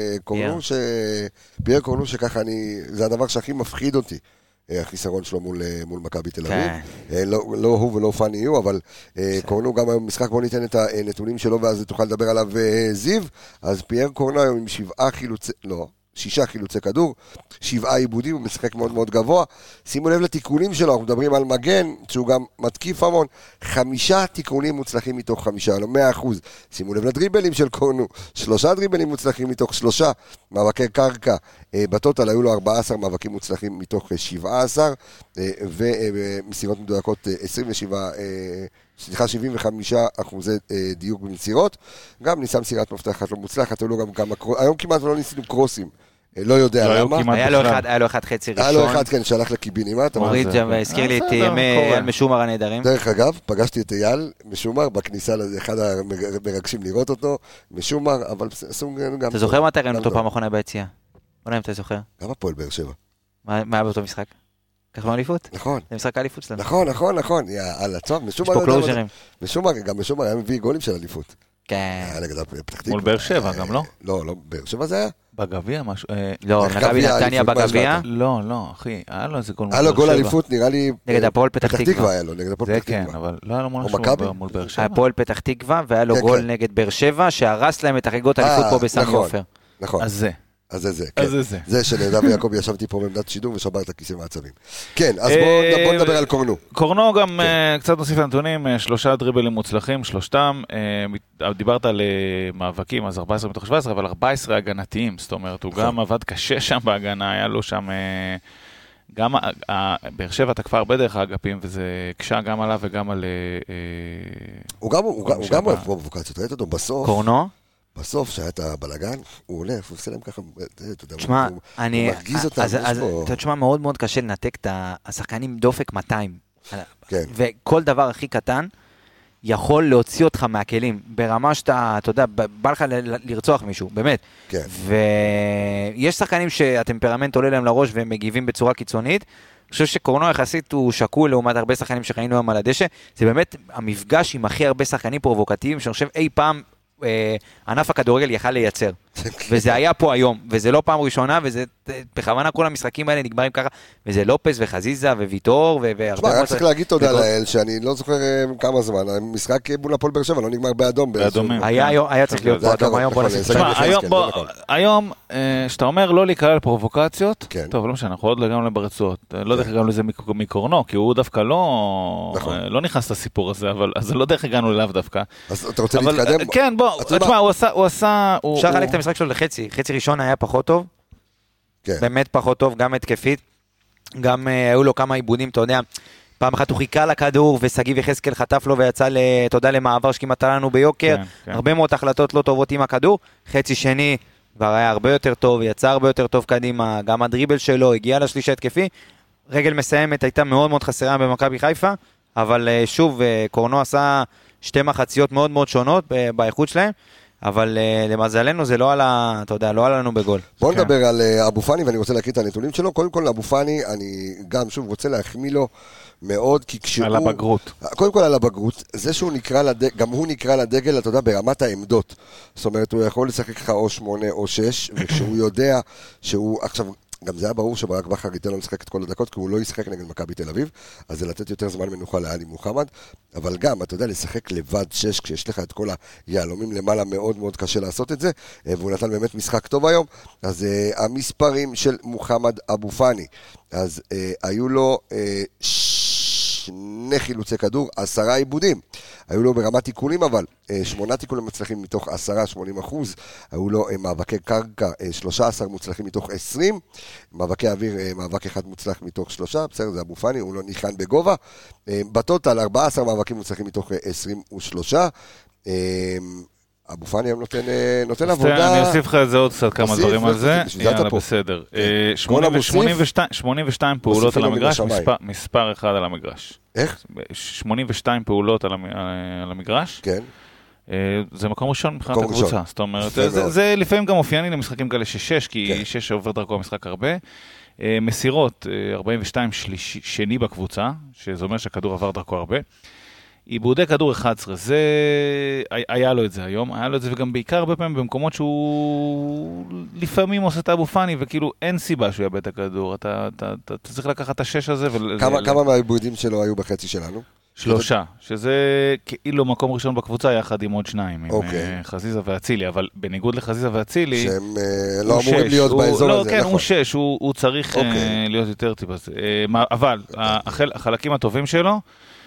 פייר קורנו שככה זה הדבר שהכי מפחיד אותי, החיסרון שלו מול מכבי תל אביב, לא הוא ולא פאני יהיו, אבל קורנו גם היום משחק, בוא ניתן את הנתונים שלו ואז תוכל לדבר עליו זיו, אז פייר קורנו היום עם 6 חילוצי כדור, 7 עיבודים, הוא משחק מאוד מאוד גבוה. שימו לב לתיקונים שלו, אנחנו מדברים על מגן, שהוא גם מתקיף המון, 5 תיקונים מוצלחים מתוך 5, לא 100%. שימו לב לדריבלים של קורנו, 3 דריבלים מוצלחים מתוך 3, מאבקי קרקע, בטוטל היו לו 14 מאבקים מוצלחים מתוך 17, ומסירות מדויקות 75% דיוק במסירות, גם ניסה מסירת מפתחת לא מוצלחת, היום כמעט לא ניסינו קרוסים, לא יודע למה. היה לו אחד חצי ראשון. היה לו אחד, כן, שהלך לקיבינימט. מוריד שם, הזכיר לי את אייל משומר הנהדרים. דרך אגב, פגשתי את אייל משומר בכניסה, אחד המרגשים לראות אותו, משומר, אבל סונגרן גם... אתה זוכר מה תראינו אותו פעם אחרונה ביציאה? בוא נראה אם אתה זוכר. גם הפועל באר שבע. מה היה באותו משחק? ככה אליפות? נכון. זה משחק האליפות שלנו. נכון. יאללה, טוב, משומר היה מביא גולים של אליפות. כן. מול באר שבע גם, לא? לא, באר שבע זה היה? בגביע משהו? לא, מכבי נתניה בגביע? לא, אחי, היה לו איזה גול מול באר שבע. היה לו גול אליפות, נראה לי... נגד הפועל פתח תקווה. היה לו, נגד הפועל פתח תקווה. זה כן, אבל לא היה לו משהו מול באר שבע. הפועל פתח תקווה, והיה לו גול נגד באר שבע, שהרס להם את החגיגות האליפות פה בסמי עופר. נכון. אז זה, כן. זה שנדב ויעקב ישבתי פה בעמדת שידור ושבר את הכיסא מעצבים. כן, אז בוא נדבר על קורנו. קורנו גם קצת נוסיף לנתונים, 3 דריבלים מוצלחים, 3, דיברת על מאבקים, אז 14 מתוך 17, אבל 14 הגנתיים, זאת אומרת, הוא גם עבד קשה שם בהגנה, היה לו שם, גם באר שבע תקפה הרבה דרך האגפים, וזה קשה גם עליו וגם על... הוא גם אוהב פרובוקציות, ראית אותו בסוף. קורנו? בסוף, שהיה את הבלגן, הוא עולה, הוא עושה להם ככה, תשמע, הוא מרגיז אותם. אתה תשמע, מאוד מאוד קשה לנתק את השחקנים דופק 200. וכל דבר הכי קטן יכול להוציא אותך מהכלים, ברמה שאתה, אתה יודע, בא לך לרצוח מישהו, באמת. ויש שחקנים שהטמפרמנט עולה להם לראש והם מגיבים בצורה קיצונית. אני חושב שקורנו יחסית הוא שקול לעומת הרבה שחקנים שראינו היום על הדשא. זה באמת המפגש עם הכי הרבה שחקנים פרובוקטיביים, שאני חושב אי פעם ענף הכדורגל יכל לייצר. וזה היה פה היום, וזה לא פעם ראשונה, וזה בכוונה כל המשחקים האלה נגמרים ככה, וזה לופס וחזיזה וויטור, תשמע, רק צריך להגיד תודה לאל, שאני לא זוכר כמה זמן, המשחק מול הפועל באר שבע לא נגמר באדום. היה צריך להיות באדום היום, בוא נעשה. היום, שאתה אומר לא להיקלל לפרובוקציות, טוב, לא משנה, אנחנו עוד לא הגענו ברצועות, לא דרך הגענו לזה מקורנו, כי הוא דווקא לא נכנס לסיפור הזה, אבל אז לא דרך הגענו אליו דווקא. אז אתה רוצה להתקדם? כן, בוא, תשמע, הוא עשה... אפשר לחלק את המשחק שלו לחצי, חצי ראשון היה פחות טוב, באמת פחות טוב, גם התקפית, גם היו לו כמה עיבודים, אתה יודע, פעם אחת הוא חיכה לכדור, וסגיב יחזקאל חטף לו ויצא, תודה למעבר שכמעט לנו ביוקר, הרבה מאוד החלטות לא טובות עם הכדור, חצי שני כבר היה הרבה יותר טוב, יצא הרבה יותר טוב קדימה, גם הדריבל שלו הגיע לשליש ההתקפי, רגל מסיימת הייתה מאוד מאוד חסרה במכבי חיפה, אבל שוב, קורנו עשה שתי מחציות מאוד מאוד שונות באיכות שלהם, אבל למזלנו זה לא עלה, אתה יודע, לא עלה לנו בגול. בואו נדבר על אבו פאני, ואני רוצה להקריא את הנתונים שלו. קודם כל, אבו פאני, אני גם שוב רוצה להחמיא לו מאוד, כי כשהוא... על הבגרות. קודם כל על הבגרות, זה שהוא נקרא לדגל, גם הוא נקרא לדגל, אתה יודע, ברמת העמדות. זאת אומרת, הוא יכול לשחק לך או 8 או 6, וכשהוא יודע שהוא עכשיו... גם זה היה ברור שברק בכר ייתן לו לשחק את כל הדקות, כי הוא לא ישחק נגד מכבי תל אביב, אז זה לתת יותר זמן מנוחה לאלי מוחמד, אבל גם, אתה יודע, לשחק לבד 6, כשיש לך את כל היעלומים למעלה, מאוד מאוד קשה לעשות את זה, והוא נתן באמת משחק טוב היום, אז המספרים של מוחמד אבו פאני, אז היו לו 2 חילוצי כדור, 10 עיבודים, היו לו ברמת תיקולים אבל, 8 תיקולים מצליחים מתוך 10-80%, היו לו מאבקי קרקע 13 מוצלחים מתוך 20, מאבקי אוויר, מאבק אחד מוצלח מתוך 3, בסדר, זה אבו פאני, הוא לא ניחן בגובה, בטוטל 14 מאבקים מוצלחים מתוך 23, אבו פאני היום נותן עבודה... אני אוסיף לך את זה עוד קצת כמה דברים על זה, יאללה בסדר. 82 פעולות על המגרש, מספר אחד על המגרש. איך? 82 פעולות על המגרש. כן. זה מקום ראשון מבחינת הקבוצה, זאת אומרת, זה לפעמים גם אופייני למשחקים כאלה ש6, כי 6 עובר דרכו המשחק הרבה. מסירות, 42 שני בקבוצה, שזה אומר שהכדור עבר דרכו הרבה. עיבודי כדור 11, זה, היה לו את זה היום, היה לו את זה וגם בעיקר הרבה פעמים במקומות שהוא לפעמים עושה את אבו פאני, וכאילו אין סיבה שהוא יאבד את הכדור, אתה צריך לקחת את השש הזה. כמה מהעיבודים שלו היו בחצי שלנו? 3, שזה כאילו מקום ראשון בקבוצה יחד עם עוד 2, עם חזיזה ואצילי, אבל בניגוד לחזיזה ואצילי, שהם לא אמורים להיות באזור הזה, כן, הוא 6, הוא צריך להיות יותר טיפה, אבל החלקים הטובים שלו,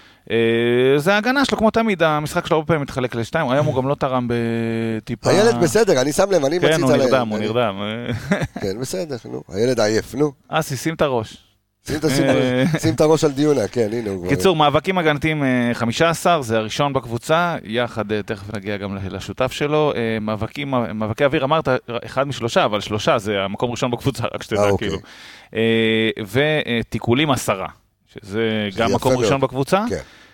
זה ההגנה שלו, כמו תמיד, המשחק שלו הרבה פעמים מתחלק ל2, היום הוא גם לא תרם בטיפה... הילד בסדר, אני שם לב, אני מציץ עליהם. כן, הוא נרדם. כן, בסדר, נו, הילד עייף, נו. שים את הראש. שים את הראש על דיונה, כן, הנה הוא כבר... קיצור, מאבקים הגנתיים 15, זה הראשון בקבוצה, יחד תכף נגיע גם לשותף שלו, מאבקי אוויר, אמרת 1 מ3, אבל 3 זה המקום ראשון בקבוצה, רק שתדע כאילו. ותיקולים 10. שזה גם מקום ראשון בקבוצה,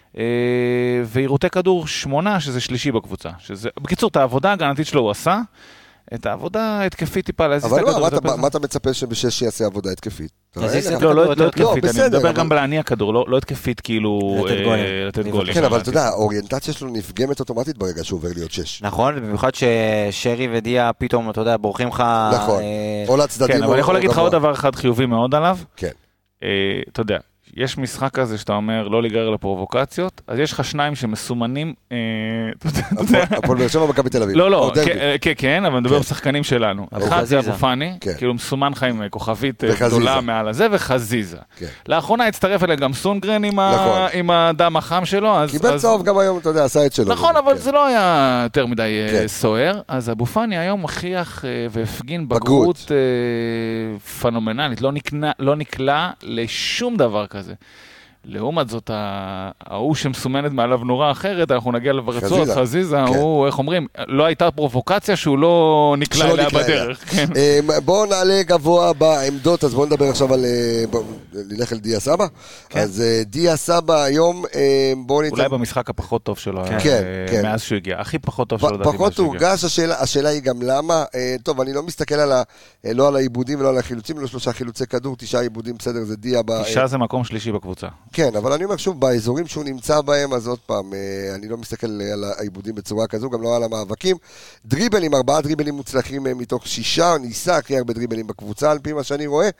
ועירותי כדור 8, שזה שלישי בקבוצה. בקיצור, את העבודה ההגנתית שלו הוא עשה, את העבודה ההתקפית טיפה להזיז את הכדור. אבל מה אתה מצפה שבשש יעשה עבודה התקפית? לא התקפית, אני מדבר גם בלהניע כדור, לא התקפית כאילו לתת גולים. כן, אבל אתה יודע, האוריינטציה שלו נפגמת אוטומטית ברגע שהוא עובר להיות 6. נכון, במיוחד ששרי ודיה פתאום, אתה יודע, בורחים לך... נכון, או לצדדים. כן, אבל אני יכול להגיד לך עוד דבר אחד חיובי מאוד עליו. כן. אתה יודע, יש משחק כזה שאתה אומר לא להיגרר לפרובוקציות, אז יש לך 2 שמסומנים, הפועל באר שבע מכבי תל אביב. לא, כן, אבל נדבר בשחקנים שלנו. אחד זה אבו פאני, כאילו מסומן לך עם כוכבית גדולה מעל הזה, וחזיזה. לאחרונה הצטרף אליהם גם סונגרן עם הדם החם שלו. קיבל צהוב גם היום, אתה יודע, עשה את שלו. נכון, אבל זה לא היה יותר מדי סוער, אז אבו פאני היום הוכיח והפגין בגרות פנומנלית, לא נקלע לשום דבר כזה. לעומת זאת, ההוא שמסומנת מעליו נורא אחרת, אנחנו נגיע לברצות, חזיזה, הוא, איך אומרים, לא הייתה פרובוקציה שהוא לא נקלע אליה בדרך. בואו נעלה גבוה בעמדות, אז בואו נדבר עכשיו על, נלך אל דיה סבא. אז דיה סבא היום, בואו ניתן... אולי במשחק הפחות טוב שלו, מאז שהוא הגיע, הכי פחות טוב שלו. פחות הורגש, השאלה היא גם למה, טוב, אני לא מסתכל לא על העיבודים ולא על החילוצים, לא 3 חילוצי כדור, 9 עיבודים, בסדר, זה דיה 9 זה מקום שלישי בקבוצה. כן, אבל אני אומר שוב, באזורים שהוא נמצא בהם, אז עוד פעם, אני לא מסתכל על העיבודים בצורה כזו, גם לא על המאבקים. דריבלים, 4 דריבלים מוצלחים מתוך 6, ניסה הכי הרבה דריבלים בקבוצה, על פי מה שאני רואה,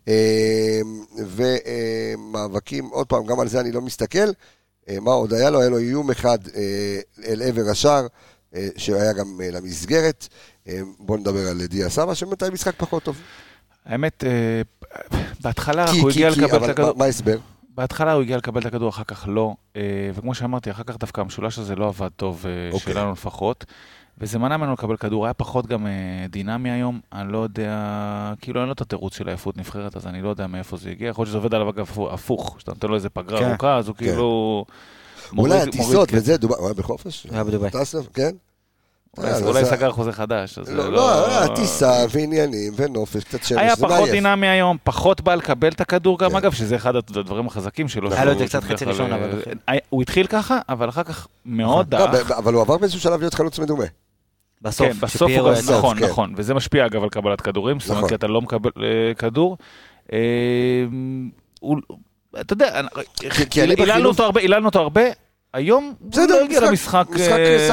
ומאבקים, עוד פעם, גם על זה אני לא מסתכל. מה עוד היה לו? היה לו איום אחד אל עבר השער, שהיה גם למסגרת. בוא נדבר על דיה סבא, שמתי משחק פחות טוב. האמת, בהתחלה הוא הגיע לקבל את הכדור. מה ההסבר? בהתחלה הוא הגיע לקבל את הכדור, אחר כך לא. וכמו שאמרתי, אחר כך דווקא המשולש הזה לא עבד טוב, שלנו לפחות. וזה מנע ממנו לקבל כדור. היה פחות גם דינמי היום. אני לא יודע, כאילו אין לו את התירוץ של העייפות נבחרת, אז אני לא יודע מאיפה זה הגיע. יכול להיות שזה עובד עליו אגב הפוך, שאתה נותן לו איזה פגרה ארוכה, אז הוא כאילו... אולי הטיסות וזה, הוא היה בחופש? היה בדובי. כן? אולי סגר חוזה חדש. לא, הטיסה ועניינים ונופש, קצת שמש. היה פחות דינמי היום, פחות בא לקבל את הכדור גם, אגב, שזה אחד הדברים החזקים שלו. היה לו את זה קצת חצי ראשון, אבל... הוא התחיל ככה, אבל אחר כך מאוד דח. אבל הוא עבר באיזשהו שלב להיות חלוץ מדומה. בסוף, כן, בסוף הוא נכון, וזה משפיע אגב על קבלת כדורים, זאת אומרת, כי אתה לא מקבל כדור. אתה יודע, איללנו אותו הרבה, היום הוא לא הגיע למשחק 100%.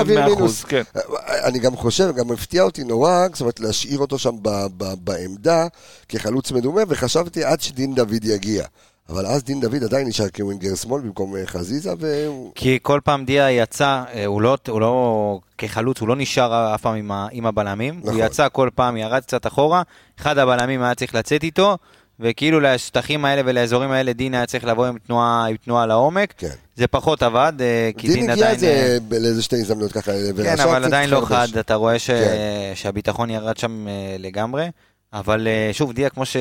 כן. אני גם חושב, גם הפתיע אותי נורא, זאת אומרת, להשאיר אותו שם בעמדה כחלוץ מדומה, וחשבתי עד שדין דוד יגיע. אבל אז דין דוד עדיין נשאר כווינגר שמאל במקום חזיזה. כי כל פעם דיה יצא, הוא לא כחלוץ, הוא לא נשאר אף פעם עם הבלמים, הוא יצא כל פעם, ירד קצת אחורה, אחד הבלמים היה צריך לצאת איתו, וכאילו לשטחים האלה ולאזורים האלה דין היה צריך לבוא עם תנועה לעומק, זה פחות עבד, כי דין עדיין... דין הגיע לאיזה שתי הזדמנות ככה, כן, אבל עדיין לא חד, אתה רואה שהביטחון ירד שם לגמרי, אבל שוב, דיה, כמו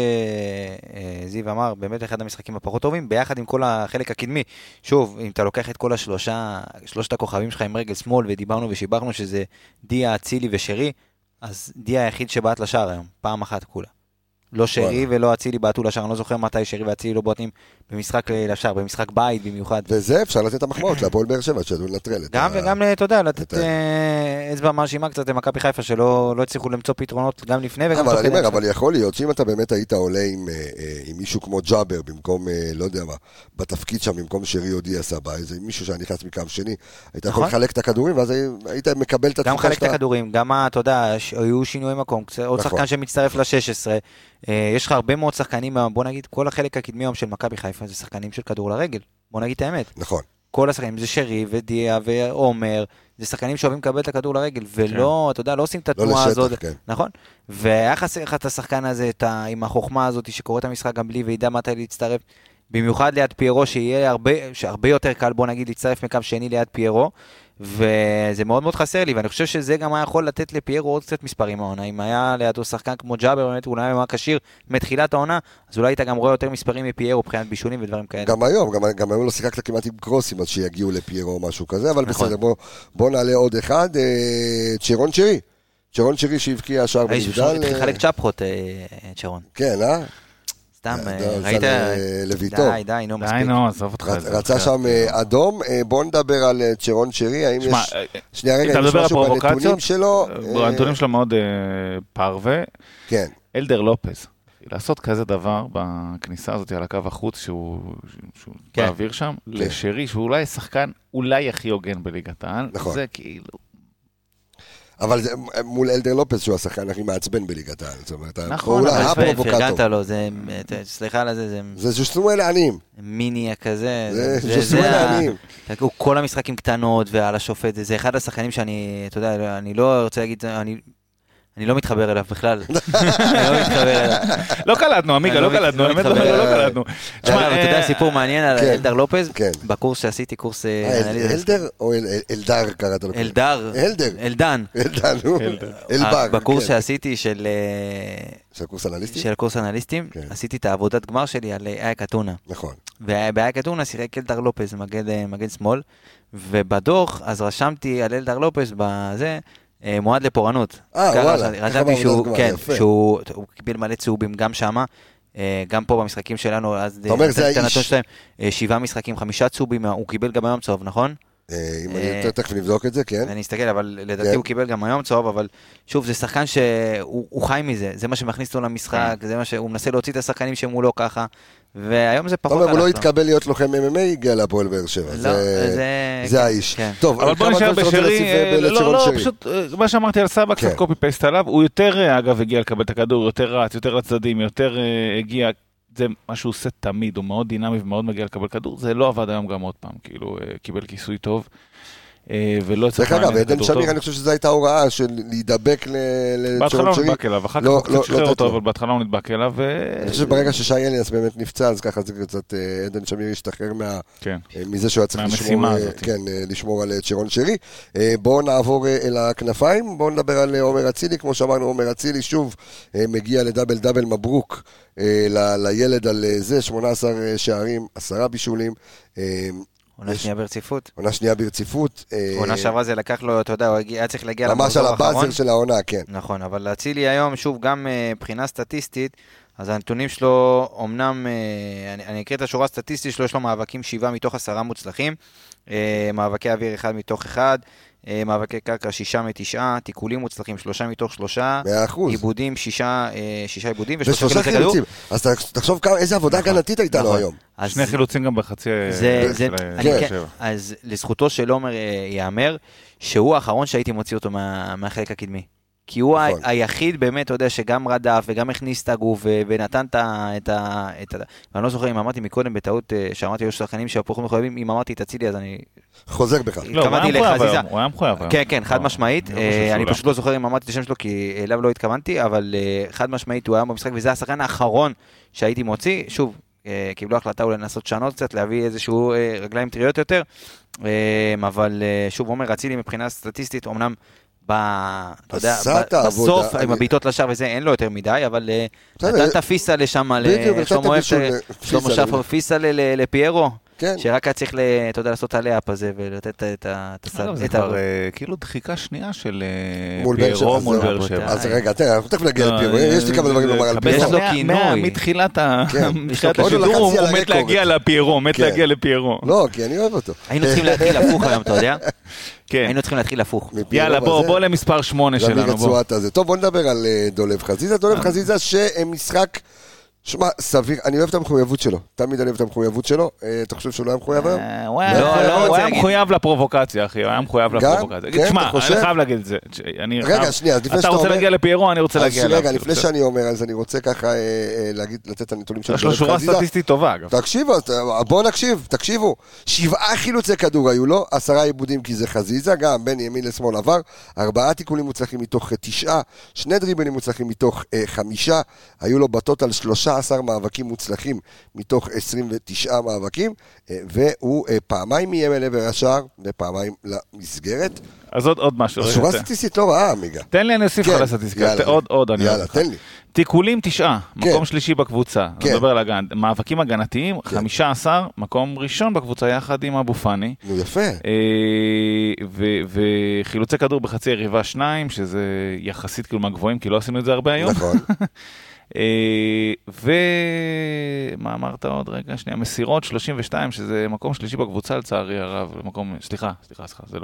שזיו אמר, באמת אחד המשחקים הפחות טובים, ביחד עם כל החלק הקדמי. שוב, אם אתה לוקח את כל שלושת הכוכבים שלך עם רגל שמאל, ודיברנו ושיברנו שזה דיה, אצילי ושרי, אז דיה היחיד שבאת לשער היום, פעם אחת כולה. לא שרי ולא אצילי בעטו לשער, אני לא זוכר מתי שרי ואצילי לא בועטים במשחק לשער, במשחק בית במיוחד. וזה אפשר לתת את המחמאות להפועל באר שבע, שידעו לנטרל. גם וגם, אתה יודע, לתת אצבע מאשימה קצת למכבי חיפה, שלא הצליחו למצוא פתרונות גם לפני וגם אבל אני אומר, אבל יכול להיות שאם אתה באמת היית עולה עם מישהו כמו ג'אבר, במקום, לא יודע מה, בתפקיד שם, במקום שרי או דיה סבא, איזה מישהו שהיה נכנס מקו שני, היית יכול לחלק את הכדורים, ואז היית מקבל את גם חלק את הכדורים, גם, אתה יודע, היו שינויי מקום, עוד שחקן שמצטרף ל-16, יש לך הרבה מאוד שחקנים, בוא נגיד, כל החלק הקדמי היום של מכבי חיפה זה שחקנים של כדור לרגל, בוא נגיד את האמת. נכון. כל השחקנים, זה שרי ודיה ועומר, זה שחקנים שאוהבים לקבל את הכדור לרגל, ולא, אתה יודע, לא עושים את התנועה הזאת. נכון? והיה חסר לך את השחקן הזה, עם החוכמה הזאת שקורא את המשחק גם בלי וידע מתי להצטרף, במיוחד ליד פיירו, שיהיה הרבה יותר קל, בוא נגיד, להצטרף מקו שני ליד פיירו, וזה מאוד מאוד חסר לי, ואני חושב שזה גם היה יכול לתת לפיירו עוד קצת מספרים העונה. אם היה לידו שחקן כמו ג'אבר, באמת אולי היה קשיר מתחילת העונה, אז אולי היית גם רואה יותר מספרים מפיירו, מבחינת בישולים ודברים כאלה. גם היום לא שיחקת כמעט עם קרוסים, אז שיגיעו לפיירו או משהו כזה, אבל בסדר, בוא נעלה עוד אחד, צ'רון שרי שהבקיע השער בנבדל. התחיל לחלק צ'פחות, צ'רון. כן, סתם, ראית? לויטו. די, נו, מספיק. די, נו, עזוב אותך. רצה שם אדום. בוא נדבר על צ'רון שרי, האם יש... שנייה רגע, יש משהו בנתונים שלו? הנתונים שלו מאוד פרווה. כן. אלדר לופז. לעשות כזה דבר בכניסה הזאת על הקו החוץ שהוא באוויר שם, לשרי, שהוא אולי שחקן אולי הכי הוגן בליגת העל. נכון. זה כאילו... אבל זה מול אלדר לופס שהוא השחקן הכי מעצבן בליגת העל. נכון, אבל פרגנת לו, סליחה על זה, זה שסומל העניים. מיני כזה. זה שסומל העניים. כל המשחקים קטנות ועל השופט, זה אחד השחקנים שאני, אתה יודע, אני לא רוצה להגיד, אני לא מתחבר אליו בכלל. אני לא מתחבר אליו. לא קלטנו, עמיגה, לא קלטנו. האמת לא קלטנו. אתה יודע, סיפור מעניין על אלדר לופז, בקורס שעשיתי, קורס אנליזה. אלדר או אלדר קראת לו? אלדר. אלדן. אלבר. בקורס שעשיתי של קורס אנליסטים, עשיתי את העבודת גמר שלי על אייק אתונה. נכון. ובאייק אתונה שיחק אלדר לופז, מגן שמאל, ובדוח, אז רשמתי על אלדר לופז בזה, מועד לפורענות. וואלה. רשמתי שהוא קיבל מלא צהובים גם שמה, גם פה במשחקים שלנו, אז אתה אומר זה האיש. 7 משחקים, 5 צהובים, הוא קיבל גם היום צהוב, נכון? אם אני יותר תכף נבדוק את זה, כן. אני אסתכל, אבל לדעתי הוא קיבל גם היום צהוב, אבל שוב, זה שחקן שהוא חי מזה, זה מה שמכניס אותו למשחק, זה מה שהוא מנסה להוציא את השחקנים שמולו ככה, והיום זה פחות הוא הלך לו. לא התקבל להיות לוחם MMA, הגיע להפועל באר שבע. זה האיש. טוב, אבל בוא נשאר בשרי, לא, פשוט מה שאמרתי על סבא, קצת קופי פייסט עליו, הוא יותר, אגב, הגיע לקבל את הכדור, יותר רץ, יותר לצדדים, יותר הגיע, זה מה שהוא עושה תמיד, הוא מאוד דינמי ומאוד מגיע לקבל כדור, זה לא עבד היום גם עוד פעם, כאילו, קיבל כיסוי טוב. ולא צריך אגב, עדן שמיר, אני חושב שזו הייתה הוראה של להידבק בהתחלה הוא נדבק אליו, אחר כך הוא קצת שחרר אותו, אבל בהתחלה הוא נדבק אליו. אני חושב שברגע ששי אליאס באמת נפצע, אז ככה זה קצת עדן שמיר ישתחרר מזה שהוא היה צריך לשמור על צ'רון שרי. בואו נעבור אל הכנפיים, בואו נדבר על עומר אצילי, כמו שאמרנו, עומר אצילי שוב מגיע לדאבל מברוק לילד על זה, 18 שערים, 10 בישולים. עונה שנייה ברציפות. עונה שנייה ברציפות. עונה שעברה זה לקח לו, אתה יודע, הוא היה צריך להגיע ממש על הבאזר של העונה, כן. נכון, אבל אצילי היום, שוב, גם מבחינה סטטיסטית, אז הנתונים שלו, אמנם, אני אקריא את השורה הסטטיסטית שלו, יש לו מאבקים 7 מתוך 10 מוצלחים, מאבקי אוויר 1 מתוך 1, מאבקי קרקע 6 מ9, תיקולים מוצלחים 3 מתוך 3, עיבודים 6 עיבודים ו3 חילוצים. אז תחשוב איזה עבודה הגנתית הייתה לו היום. 2 חילוצים גם בחצי... אז לזכותו של עומר יאמר, שהוא האחרון שהייתי מוציא אותו מהחלק הקדמי. כי הוא היחיד באמת, אתה יודע, שגם רדף וגם הכניס את הגוף ונתן את ה... ואני לא זוכר אם אמרתי מקודם בטעות, שאמרתי לו שחקנים שהפוכו מחויבים, אם אמרתי את אצילי אז אני... חוזר בך. לא, הוא היה מחויב. כן, כן, חד משמעית. אני פשוט לא זוכר אם אמרתי את השם שלו, כי אליו לא התכוונתי, אבל חד משמעית הוא היה במשחק, וזה השחקן האחרון שהייתי מוציא. שוב, קיבלו החלטה אולי לנסות שנות קצת, להביא איזשהו רגליים טריות יותר, אבל שוב, עומר אצילי מבחינה סטטיסטית, אמנם בסוף, עם הביטות לשער וזה, אין לו יותר מדי, אבל נתן את הפיסה לשם, שלמה שפר פיסה לפיירו, שרק היה צריך, אתה יודע, לעשות הלאפ הזה, ולתת את הסל. זה כבר כאילו דחיקה שנייה של פיירו מול באר שבע. אז רגע, אנחנו תכף נגיע לפיירו, יש לי כמה דברים לומר על פיירו. יש לו כינוי. מתחילת השידור, הוא מת להגיע לפיירו, מת להגיע לפיירו. לא, כי אני אוהב אותו. היינו צריכים להתחיל הפוך היום, אתה יודע? היינו צריכים להתחיל הפוך. יאללה, בוא למספר 8 שלנו. טוב, בוא נדבר על דולב חזיזה. דולב חזיזה שמשחק, שמע, סביר, אני אוהב את המחויבות שלו. תמיד אני אוהב את המחויבות שלו. אתה חושב שהוא לא היה מחויב היום? הוא היה מחויב לפרובוקציה, אחי. הוא היה מחייב לפרובוקציה. תשמע, אני חייב להגיד את זה. רגע, שנייה, אתה רוצה להגיע לפיירו, אני רוצה להגיע אליו. רגע, לפני שאני אומר, אז אני רוצה ככה לתת את הנתונים של דולב חזיזה. יש לו שורה סטטיסטית טובה, אגב. בואו תקשיבו. 7 חילוצי כדור היו לו, 10 עיבודים כי זה חזיזה, גם בין ימין לשמאל עבר, 4 תיקולים מוצלחים מתוך 9, 2 דריבלים מוצלחים מתוך 5, היו לו בטוטל 13 מאבקים מוצלחים מתוך 29 מאבקים, והוא פעמיים מיים אל עבר השער ופעמיים למסגרת. אז עוד משהו. השורה סטטיסטית לא רעה, מיגה. תן לי, אני אוסיף לך לסטטיסטיקה. עוד אני יאללה, תן לי. תיקולים 9, מקום שלישי בקבוצה. אני מדבר על הגן. מאבקים הגנתיים, 15, מקום ראשון בקבוצה יחד עם אבו פאני. נו, יפה. וחילוצי כדור בחצי יריבה 2, שזה יחסית כאילו מהגבוהים, כי לא עשינו את זה הרבה היום. נכון. ומה אמרת עוד רגע? שנייה, מסירות 32, שזה מקום שלישי בקבוצה לצערי הרב. סליחה, זה לא.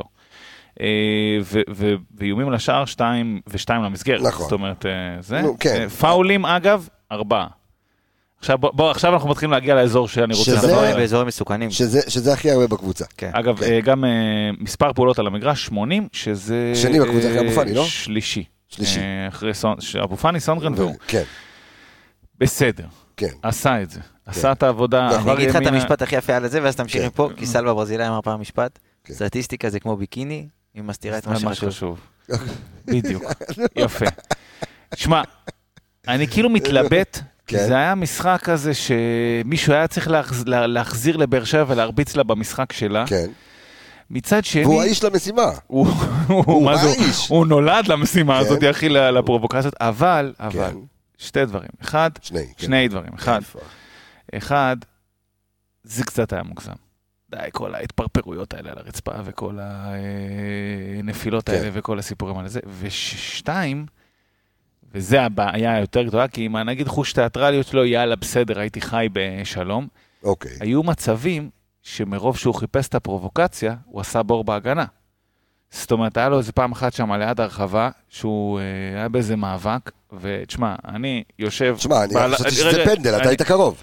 ואיומים לשער 2 ו2 למסגרת. נכון. זאת אומרת, זה. פאולים אגב, 4. עכשיו אנחנו מתחילים להגיע לאזור שאני רוצה לדבר. באזורים מסוכנים. שזה הכי הרבה בקבוצה. אגב, גם מספר פעולות על המגרש, 80, שזה... שני בקבוצה אחרי אבו פאני, לא? שלישי. אחרי אבו פאני, סונגרן והוא. כן. בסדר. כן. עשה את זה. עשה את העבודה. אני אגיד לך את המשפט הכי יפה על זה, ואז תמשיך פה, כי סלווה ברזילאי אמר פעם משפט, סטטיסטיקה זה כמו ביקיני, היא מסתירה את מה שחשוב. בדיוק. יפה. תשמע, אני כאילו מתלבט, כי זה היה משחק כזה שמישהו היה צריך להחזיר לבאר שבע ולהרביץ לה במשחק שלה. כן. מצד שני... והוא האיש למשימה. הוא נולד למשימה הזאת, הכי לפרובוקציות, אבל, שתי דברים. שני דברים. אחד, זה קצת היה מוגזם. די, כל ההתפרפרויות האלה על הרצפה, וכל הנפילות האלה, וכל הסיפורים על זה. ושתיים, וזה הבעיה היותר גדולה, כי אם נגיד חוש תיאטרליות שלו, יאללה, בסדר, הייתי חי בשלום. היו מצבים שמרוב שהוא חיפש את הפרובוקציה, הוא עשה בור בהגנה. זאת אומרת, היה לו איזה פעם אחת שם ליד הרחבה, שהוא היה באיזה מאבק, ותשמע, אני יושב... תשמע, אני חושבת שזה פנדל, אתה היית קרוב.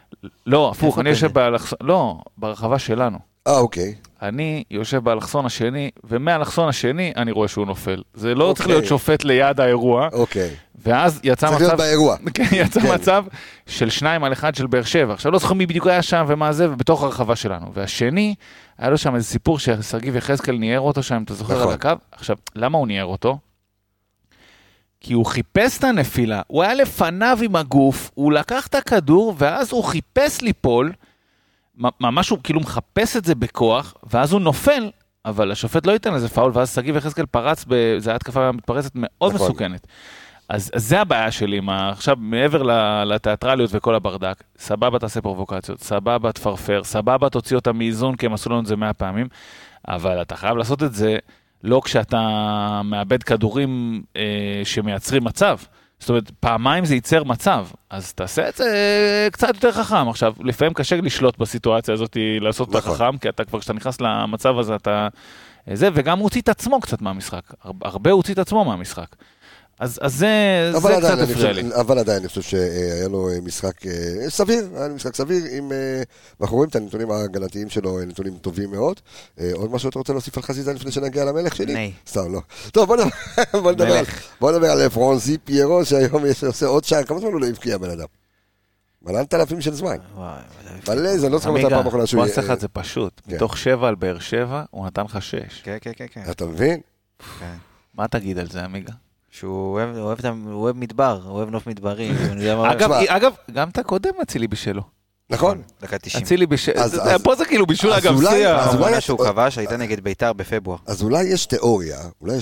לא, הפוך, אני יושב באלכסון, לא, ברחבה שלנו. אוקיי. אני יושב באלכסון השני, ומהאלכסון השני אני רואה שהוא נופל. זה לא צריך להיות שופט ליד האירוע. אוקיי. ואז יצא מצב... צריך להיות באירוע. כן, יצא מצב של 2-1 של באר שבע. עכשיו לא זוכר מי בדיוק היה שם ומה זה, ובתוך הרחבה שלנו. והשני, היה לו שם איזה סיפור שסרגיב יחזקאל ניער אותו שם, אתה זוכר על הקו? עכשיו, למה הוא ניער אותו? כי הוא חיפש את הנפילה, הוא היה לפניו עם הגוף, הוא לקח את הכדור, ואז הוא חיפש ליפול, ממש הוא כאילו מחפש את זה בכוח, ואז הוא נופל, אבל השופט לא ייתן לזה פאול, ואז סגיב יחזקאל פרץ, זה היה התקפה מתפרצת מאוד מסוכנת. אז זה הבעיה שלי, עכשיו מעבר לתיאטרליות וכל הברדק, סבבה תעשה פרובוקציות, סבבה תפרפר, סבבה תוציא אותה מאיזון, כי הם עשו לנו את זה 100 פעמים, אבל אתה חייב לעשות את זה, לא כשאתה מאבד כדורים שמייצרים מצב. זאת אומרת, פעמיים זה ייצר מצב, אז תעשה את זה קצת יותר חכם. עכשיו, לפעמים קשה לשלוט בסיטואציה הזאת, לעשות אותה חכם, כי אתה כבר כשאתה נכנס למצב הזה, אתה... זה, וגם הוא הוציא את עצמו קצת מהמשחק. הרבה הוא הוציא את עצמו מהמשחק. אז זה קצת הפריע לי. אבל עדיין, אני חושב שהיה לו משחק סביר, היה לו משחק סביר, ואנחנו רואים את הנתונים ההגנתיים שלו, נתונים טובים מאוד. עוד משהו אתה רוצה להוסיף על חזיזה לפני שנגיע למלך שלי? ני. סתם, לא. טוב, בוא נדבר על פרנסי פיירו, שהיום עושה עוד שער, כמה זמן הוא לא הבקיע בן אדם? מלנת אלפים של זמן. מלא, זה לא צריכים אותה פעם אחרונה שהוא... בוא נעשה לך את זה פשוט. מתוך 7 על באר שבע, הוא נתן לך 6. כן. אתה מבין? מה תגיד על זה, עמיגה? שהוא אוהב מדבר, אוהב נוף מדברים. אגב, גם אתה קודם אצילי בשלו. נכון. דקה 90. אצילי בשלו. פה זה כאילו בישול אגב שיח. העונה שהוא כבש הייתה נגד ביתר בפברואר. אז אולי יש תיאוריה,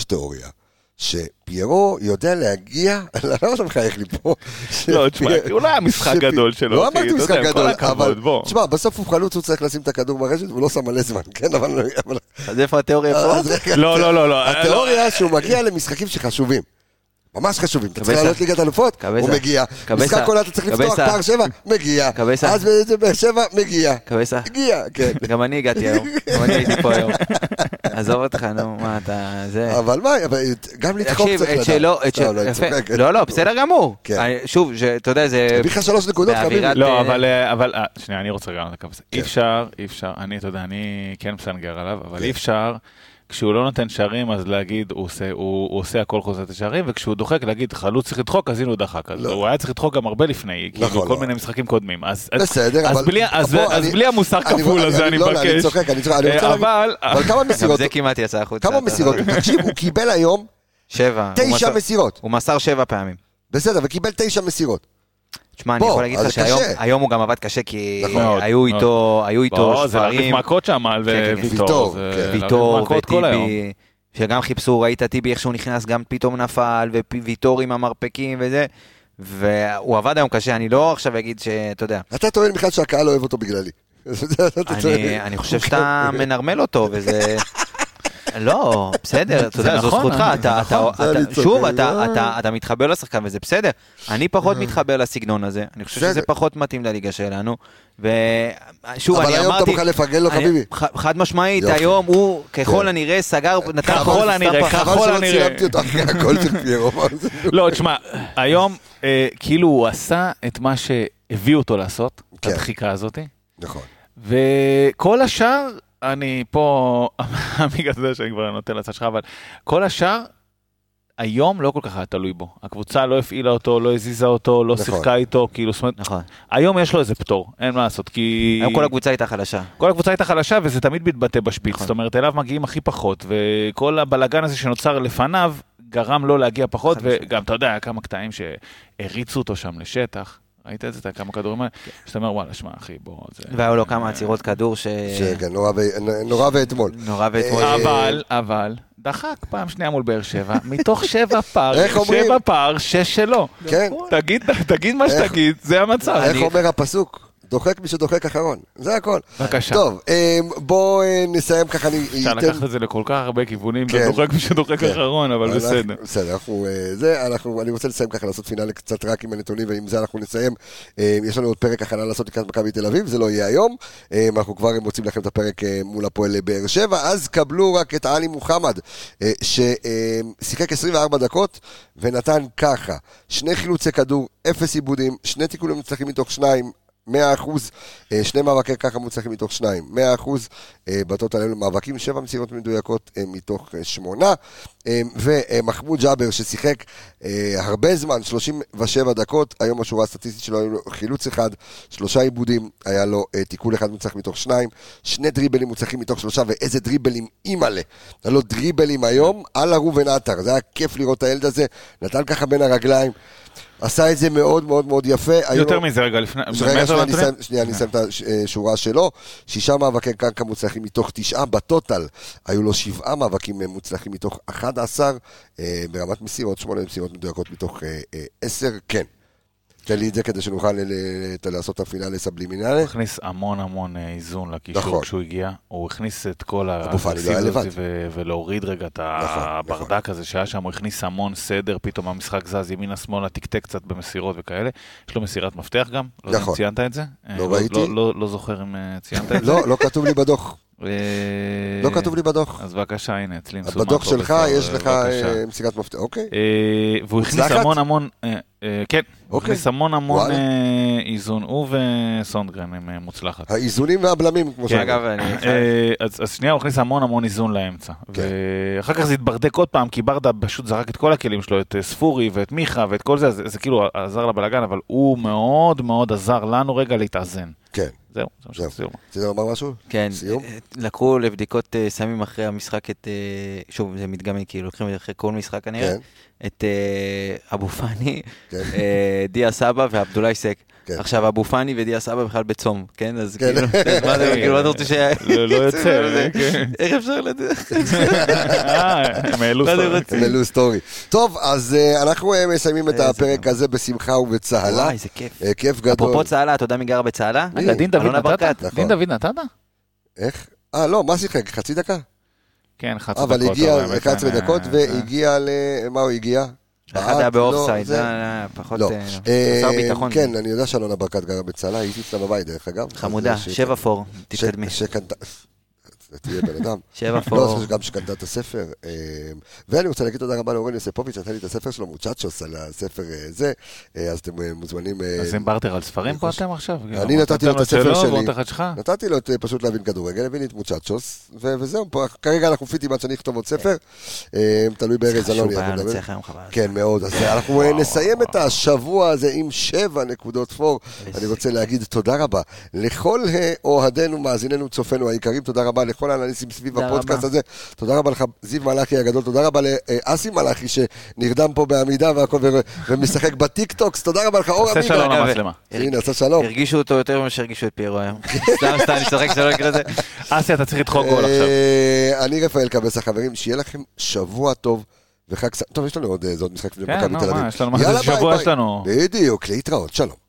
שפיירו יודע להגיע, למה אתה מחייך לי פה? לא, תשמע, אולי המשחק גדול שלו. לא אמרתי משחק גדול, אבל תשמע, בסוף הוא חלוץ, הוא צריך לשים את הכדור ברשת, הוא לא שם מלא זמן, כן? אז איפה התיאוריה פה? לא. התיאוריה שהוא מגיע למשחקים שחשובים. ממש חשובים, אתה צריך לעלות ליגת אלופות, הוא מגיע, משחק עולה אתה צריך לפתוח, פער 7, מגיע, אז באר שבע, מגיע, כן. גם אני הגעתי היום, גם אני הייתי פה היום. עזוב אותך, נו, מה אתה, זה... אבל מה, גם לדחוק צריך לדעת. לא, בסדר גמור. שוב, אתה יודע, זה... הביא לך 3 נקודות, חביבי. לא, אבל, שנייה, אני רוצה גם לקו הזה. אי אפשר, אתה יודע, אני כן מסנגר עליו, אבל אי אפשר... כשהוא לא נותן שערים, אז להגיד, הוא עושה הכל חוזר את השערים, וכשהוא דוחק, להגיד, חלוץ צריך לדחוק, אז הנה הוא דחק. אז הוא היה צריך לדחוק גם הרבה לפני, כאילו כל מיני משחקים קודמים. בסדר, אז בלי המוסר כפול הזה, אני מבקש. אני צוחק, אבל כמה מסירות? זה כמעט יצא החוצה. כמה מסירות? תקשיב, הוא קיבל היום 9 מסירות. הוא מסר 7 פעמים. בסדר, וקיבל 9 מסירות. תשמע, אני יכול להגיד לך שהיום הוא גם עבד קשה, כי היו איתו זה להרחיב מכות שם על ויטור וטיבי, שגם חיפשו, ראית טיבי איך שהוא נכנס, גם פתאום נפל, וויטור עם המרפקים וזה, והוא עבד היום קשה, אני לא עכשיו אגיד שאתה יודע. אתה טוען בכלל שהקהל לא אוהב אותו בגללי. אני חושב שאתה מנרמל אותו, וזה... לא, בסדר, אתה יודע, זו זכותך, שוב, אתה מתחבר לשחקן וזה בסדר, אני פחות מתחבר לסגנון הזה, אני חושב שזה פחות מתאים לליגה שלנו, ושוב, אני אמרתי, אבל היום אתה מוכן לפרגן לו חביבי? חד משמעית, היום הוא ככל הנראה סגר, נתן ככל הנראה, חבל שלא צילמתי אותו אחרי הכל של פיירו. לא, תשמע, היום כאילו הוא עשה את מה שהביא אותו לעשות, את הדחיקה הזאת, נכון, וכל השאר, אני פה, עמיגה, אתה יודע שאני כבר נותן לצד שלך, אבל כל השאר, היום לא כל כך היה תלוי בו. הקבוצה לא הפעילה אותו, לא הזיזה אותו, לא שיחקה איתו, כאילו, זאת אומרת, היום יש לו איזה פטור, אין מה לעשות, כי... היום כל הקבוצה הייתה חלשה. כל הקבוצה הייתה חלשה, וזה תמיד מתבטא בשפיץ, זאת אומרת, אליו מגיעים הכי פחות, וכל הבלגן הזה שנוצר לפניו, גרם לו להגיע פחות, וגם, אתה יודע, כמה קטעים שהריצו אותו שם לשטח. ראית את זה, כמה כדורים האלה, שאתה אומר, וואלה, שמע, אחי, בוא... והיו לו כמה עצירות כדור נורא ואתמול. אבל, דחק פעם שנייה מול באר שבע, מתוך 7 פער, 6 שלו. תגיד מה שתגיד, זה המצב. איך אומר הפסוק? דוחק מי שדוחק אחרון, זה הכל. בבקשה. טוב, בואו נסיים ככה. אפשר לקחת את זה לכל כך הרבה כיוונים, דוחק מי שדוחק אחרון, אבל בסדר. בסדר, אני רוצה לסיים ככה, לעשות פינאלי קצת רק עם הנתונים, ועם זה אנחנו נסיים. יש לנו עוד פרק הכנה לעשות לקראת מכבי תל אביב, זה לא יהיה היום, אנחנו כבר מוצאים לכם את הפרק מול הפועל באר שבע, אז קבלו רק את עלי מוחמד, ששיחק 24 דקות, ונתן ככה, 2 חילוצי כדור, 0 עיבודים, 2 תיקולים מצליחים מתוך 2, 100%, 2 מאבקי קרקע מוצלחים מתוך 2, 100%, בטוטל אלו מאבקים, 7 מסירות מדויקות מתוך 8, ומחמוד ג'אבר ששיחק הרבה זמן, 37 דקות, היום השורה הסטטיסטית שלו, היה לו חילוץ אחד, 3 עיבודים, היה לו תיקול אחד מוצלח מתוך 2, 2 דריבלים מוצלחים מתוך 3, ואיזה דריבלים אימאלה, היה לו דריבלים היום על ראובן עטר, זה היה כיף לראות את הילד הזה, נתן ככה בין הרגליים, עשה את זה מאוד מאוד מאוד יפה. יותר מזה רגע לפני. שנייה, אני אסיים את השורה שלו. 6 מאבקי קרקע מוצלחים מתוך 9, בטוטל היו לו 7 מאבקים מוצלחים מתוך 11, ברמת מסירות, 8 מסירות מדויקות מתוך 10, כן. תן לי את זה כדי שנוכל לעשות את הפינאלי סבלימינלי. הוא הכניס המון איזון לקישור כשהוא הגיע. הוא הכניס את כל ולהוריד רגע את הברדק הזה שהיה שם. הוא הכניס המון סדר, פתאום המשחק זז ימינה שמאלה, תקתק קצת במסירות וכאלה. יש לו מסירת מפתח גם. לא יודע אם ציינת את זה. לא ראיתי. לא זוכר אם ציינת את זה. לא כתוב לי בדוח. לא כתוב לי בדוח. אז בבקשה, הנה, אצלי מסומן. בדוח שלך יש לך מסירת מפתח, אוקיי. והוא הכניס המון, כן, הוא הכניס המון איזון, הוא וסונדגרן הם מוצלחת. האיזונים והבלמים, כמו שאומרים. אז שנייה, הוא הכניס המון איזון לאמצע. ואחר כך זה התברדק עוד פעם, כי ברדה פשוט זרק את כל הכלים שלו, את ספורי ואת מיכה ואת כל זה, זה כאילו עזר לבלגן, אבל הוא מאוד מאוד עזר לנו רגע להתאזן. כן. זהו, זה מה שתסיום. רצית לומר משהו? כן, לקחו לבדיקות סמים אחרי המשחק את, שוב, זה מתגמי, כאילו, לוקחים אחרי כל משחק כנראה, את אבו פאני, דיה סבא ועבדולאי סק. עכשיו, אבו פאני ודיה סבא בכלל בצום, כן? אז כאילו, מה זה, כאילו, אתה רוצה לא יוצא, איך אפשר לדעת? הם העלו סטורי. טוב, אז אנחנו מסיימים את הפרק הזה בשמחה ובצהלה. וואי, זה כיף. כיף גדול. אפרופו צהלה, אתה יודע מי גר בצהלה? דין דוד נתת? דין דוד נתת? איך? לא, מה שיחק? חצי דקה? כן, חצי דקות. אבל הגיע 11 דקות והגיע למה הוא הגיע? אחד היה באופסייד, זה פחות שר ביטחון. כן, אני יודע שאלונה ברקת גרה בצהלה, הייתי אצלה בבית דרך אגב. חמודה, 7-4, תתקדמי. תהיה בן אדם. 7-4. לא, גם שקנתה את הספר. ואני רוצה להגיד תודה רבה לאורן יוספוביץ', נתן לי את הספר שלו, מוצ'צ'וס, על הספר זה, אז אתם מוזמנים... אז אם ברטר על ספרים פה אתם עכשיו? אני נתתי לו את הספר שלי. נתתי לו פשוט להבין כדורגל, הביא לי את מוצ'צ'וס, וזהו, כרגע אנחנו פיטים עד שאני אכתוב עוד ספר, תלוי בארז אלוני. כן, מאוד. אז אנחנו נסיים את השבוע הזה עם 7 נקודות פור. אני רוצה להגיד תודה רבה לכל אוהדינו, מאזיננו, צופינו היקרים, תודה רבה לכל האנליסטים סביב הפודקאסט הזה. תודה רבה לך, זיו מלאכי הגדול. תודה רבה לאסי מלאכי שנרדם פה בעמידה ומשחק בטיקטוקס. תודה רבה לך, אור עמיגה. עשה שלום למצלמה. הנה, עשה שלום. הרגישו אותו יותר ממה שהרגישו את פיירו היום. סתם, נשחק שלא יקרה זה. אסי, אתה צריך לדחוק גול עכשיו. אני רפאל קבס החברים, שיהיה לכם שבוע טוב וחג... טוב, יש לנו עוד משחק. כן, נו, מה, יש לנו שבוע יש לנו. בדיוק, להתראות, שלום.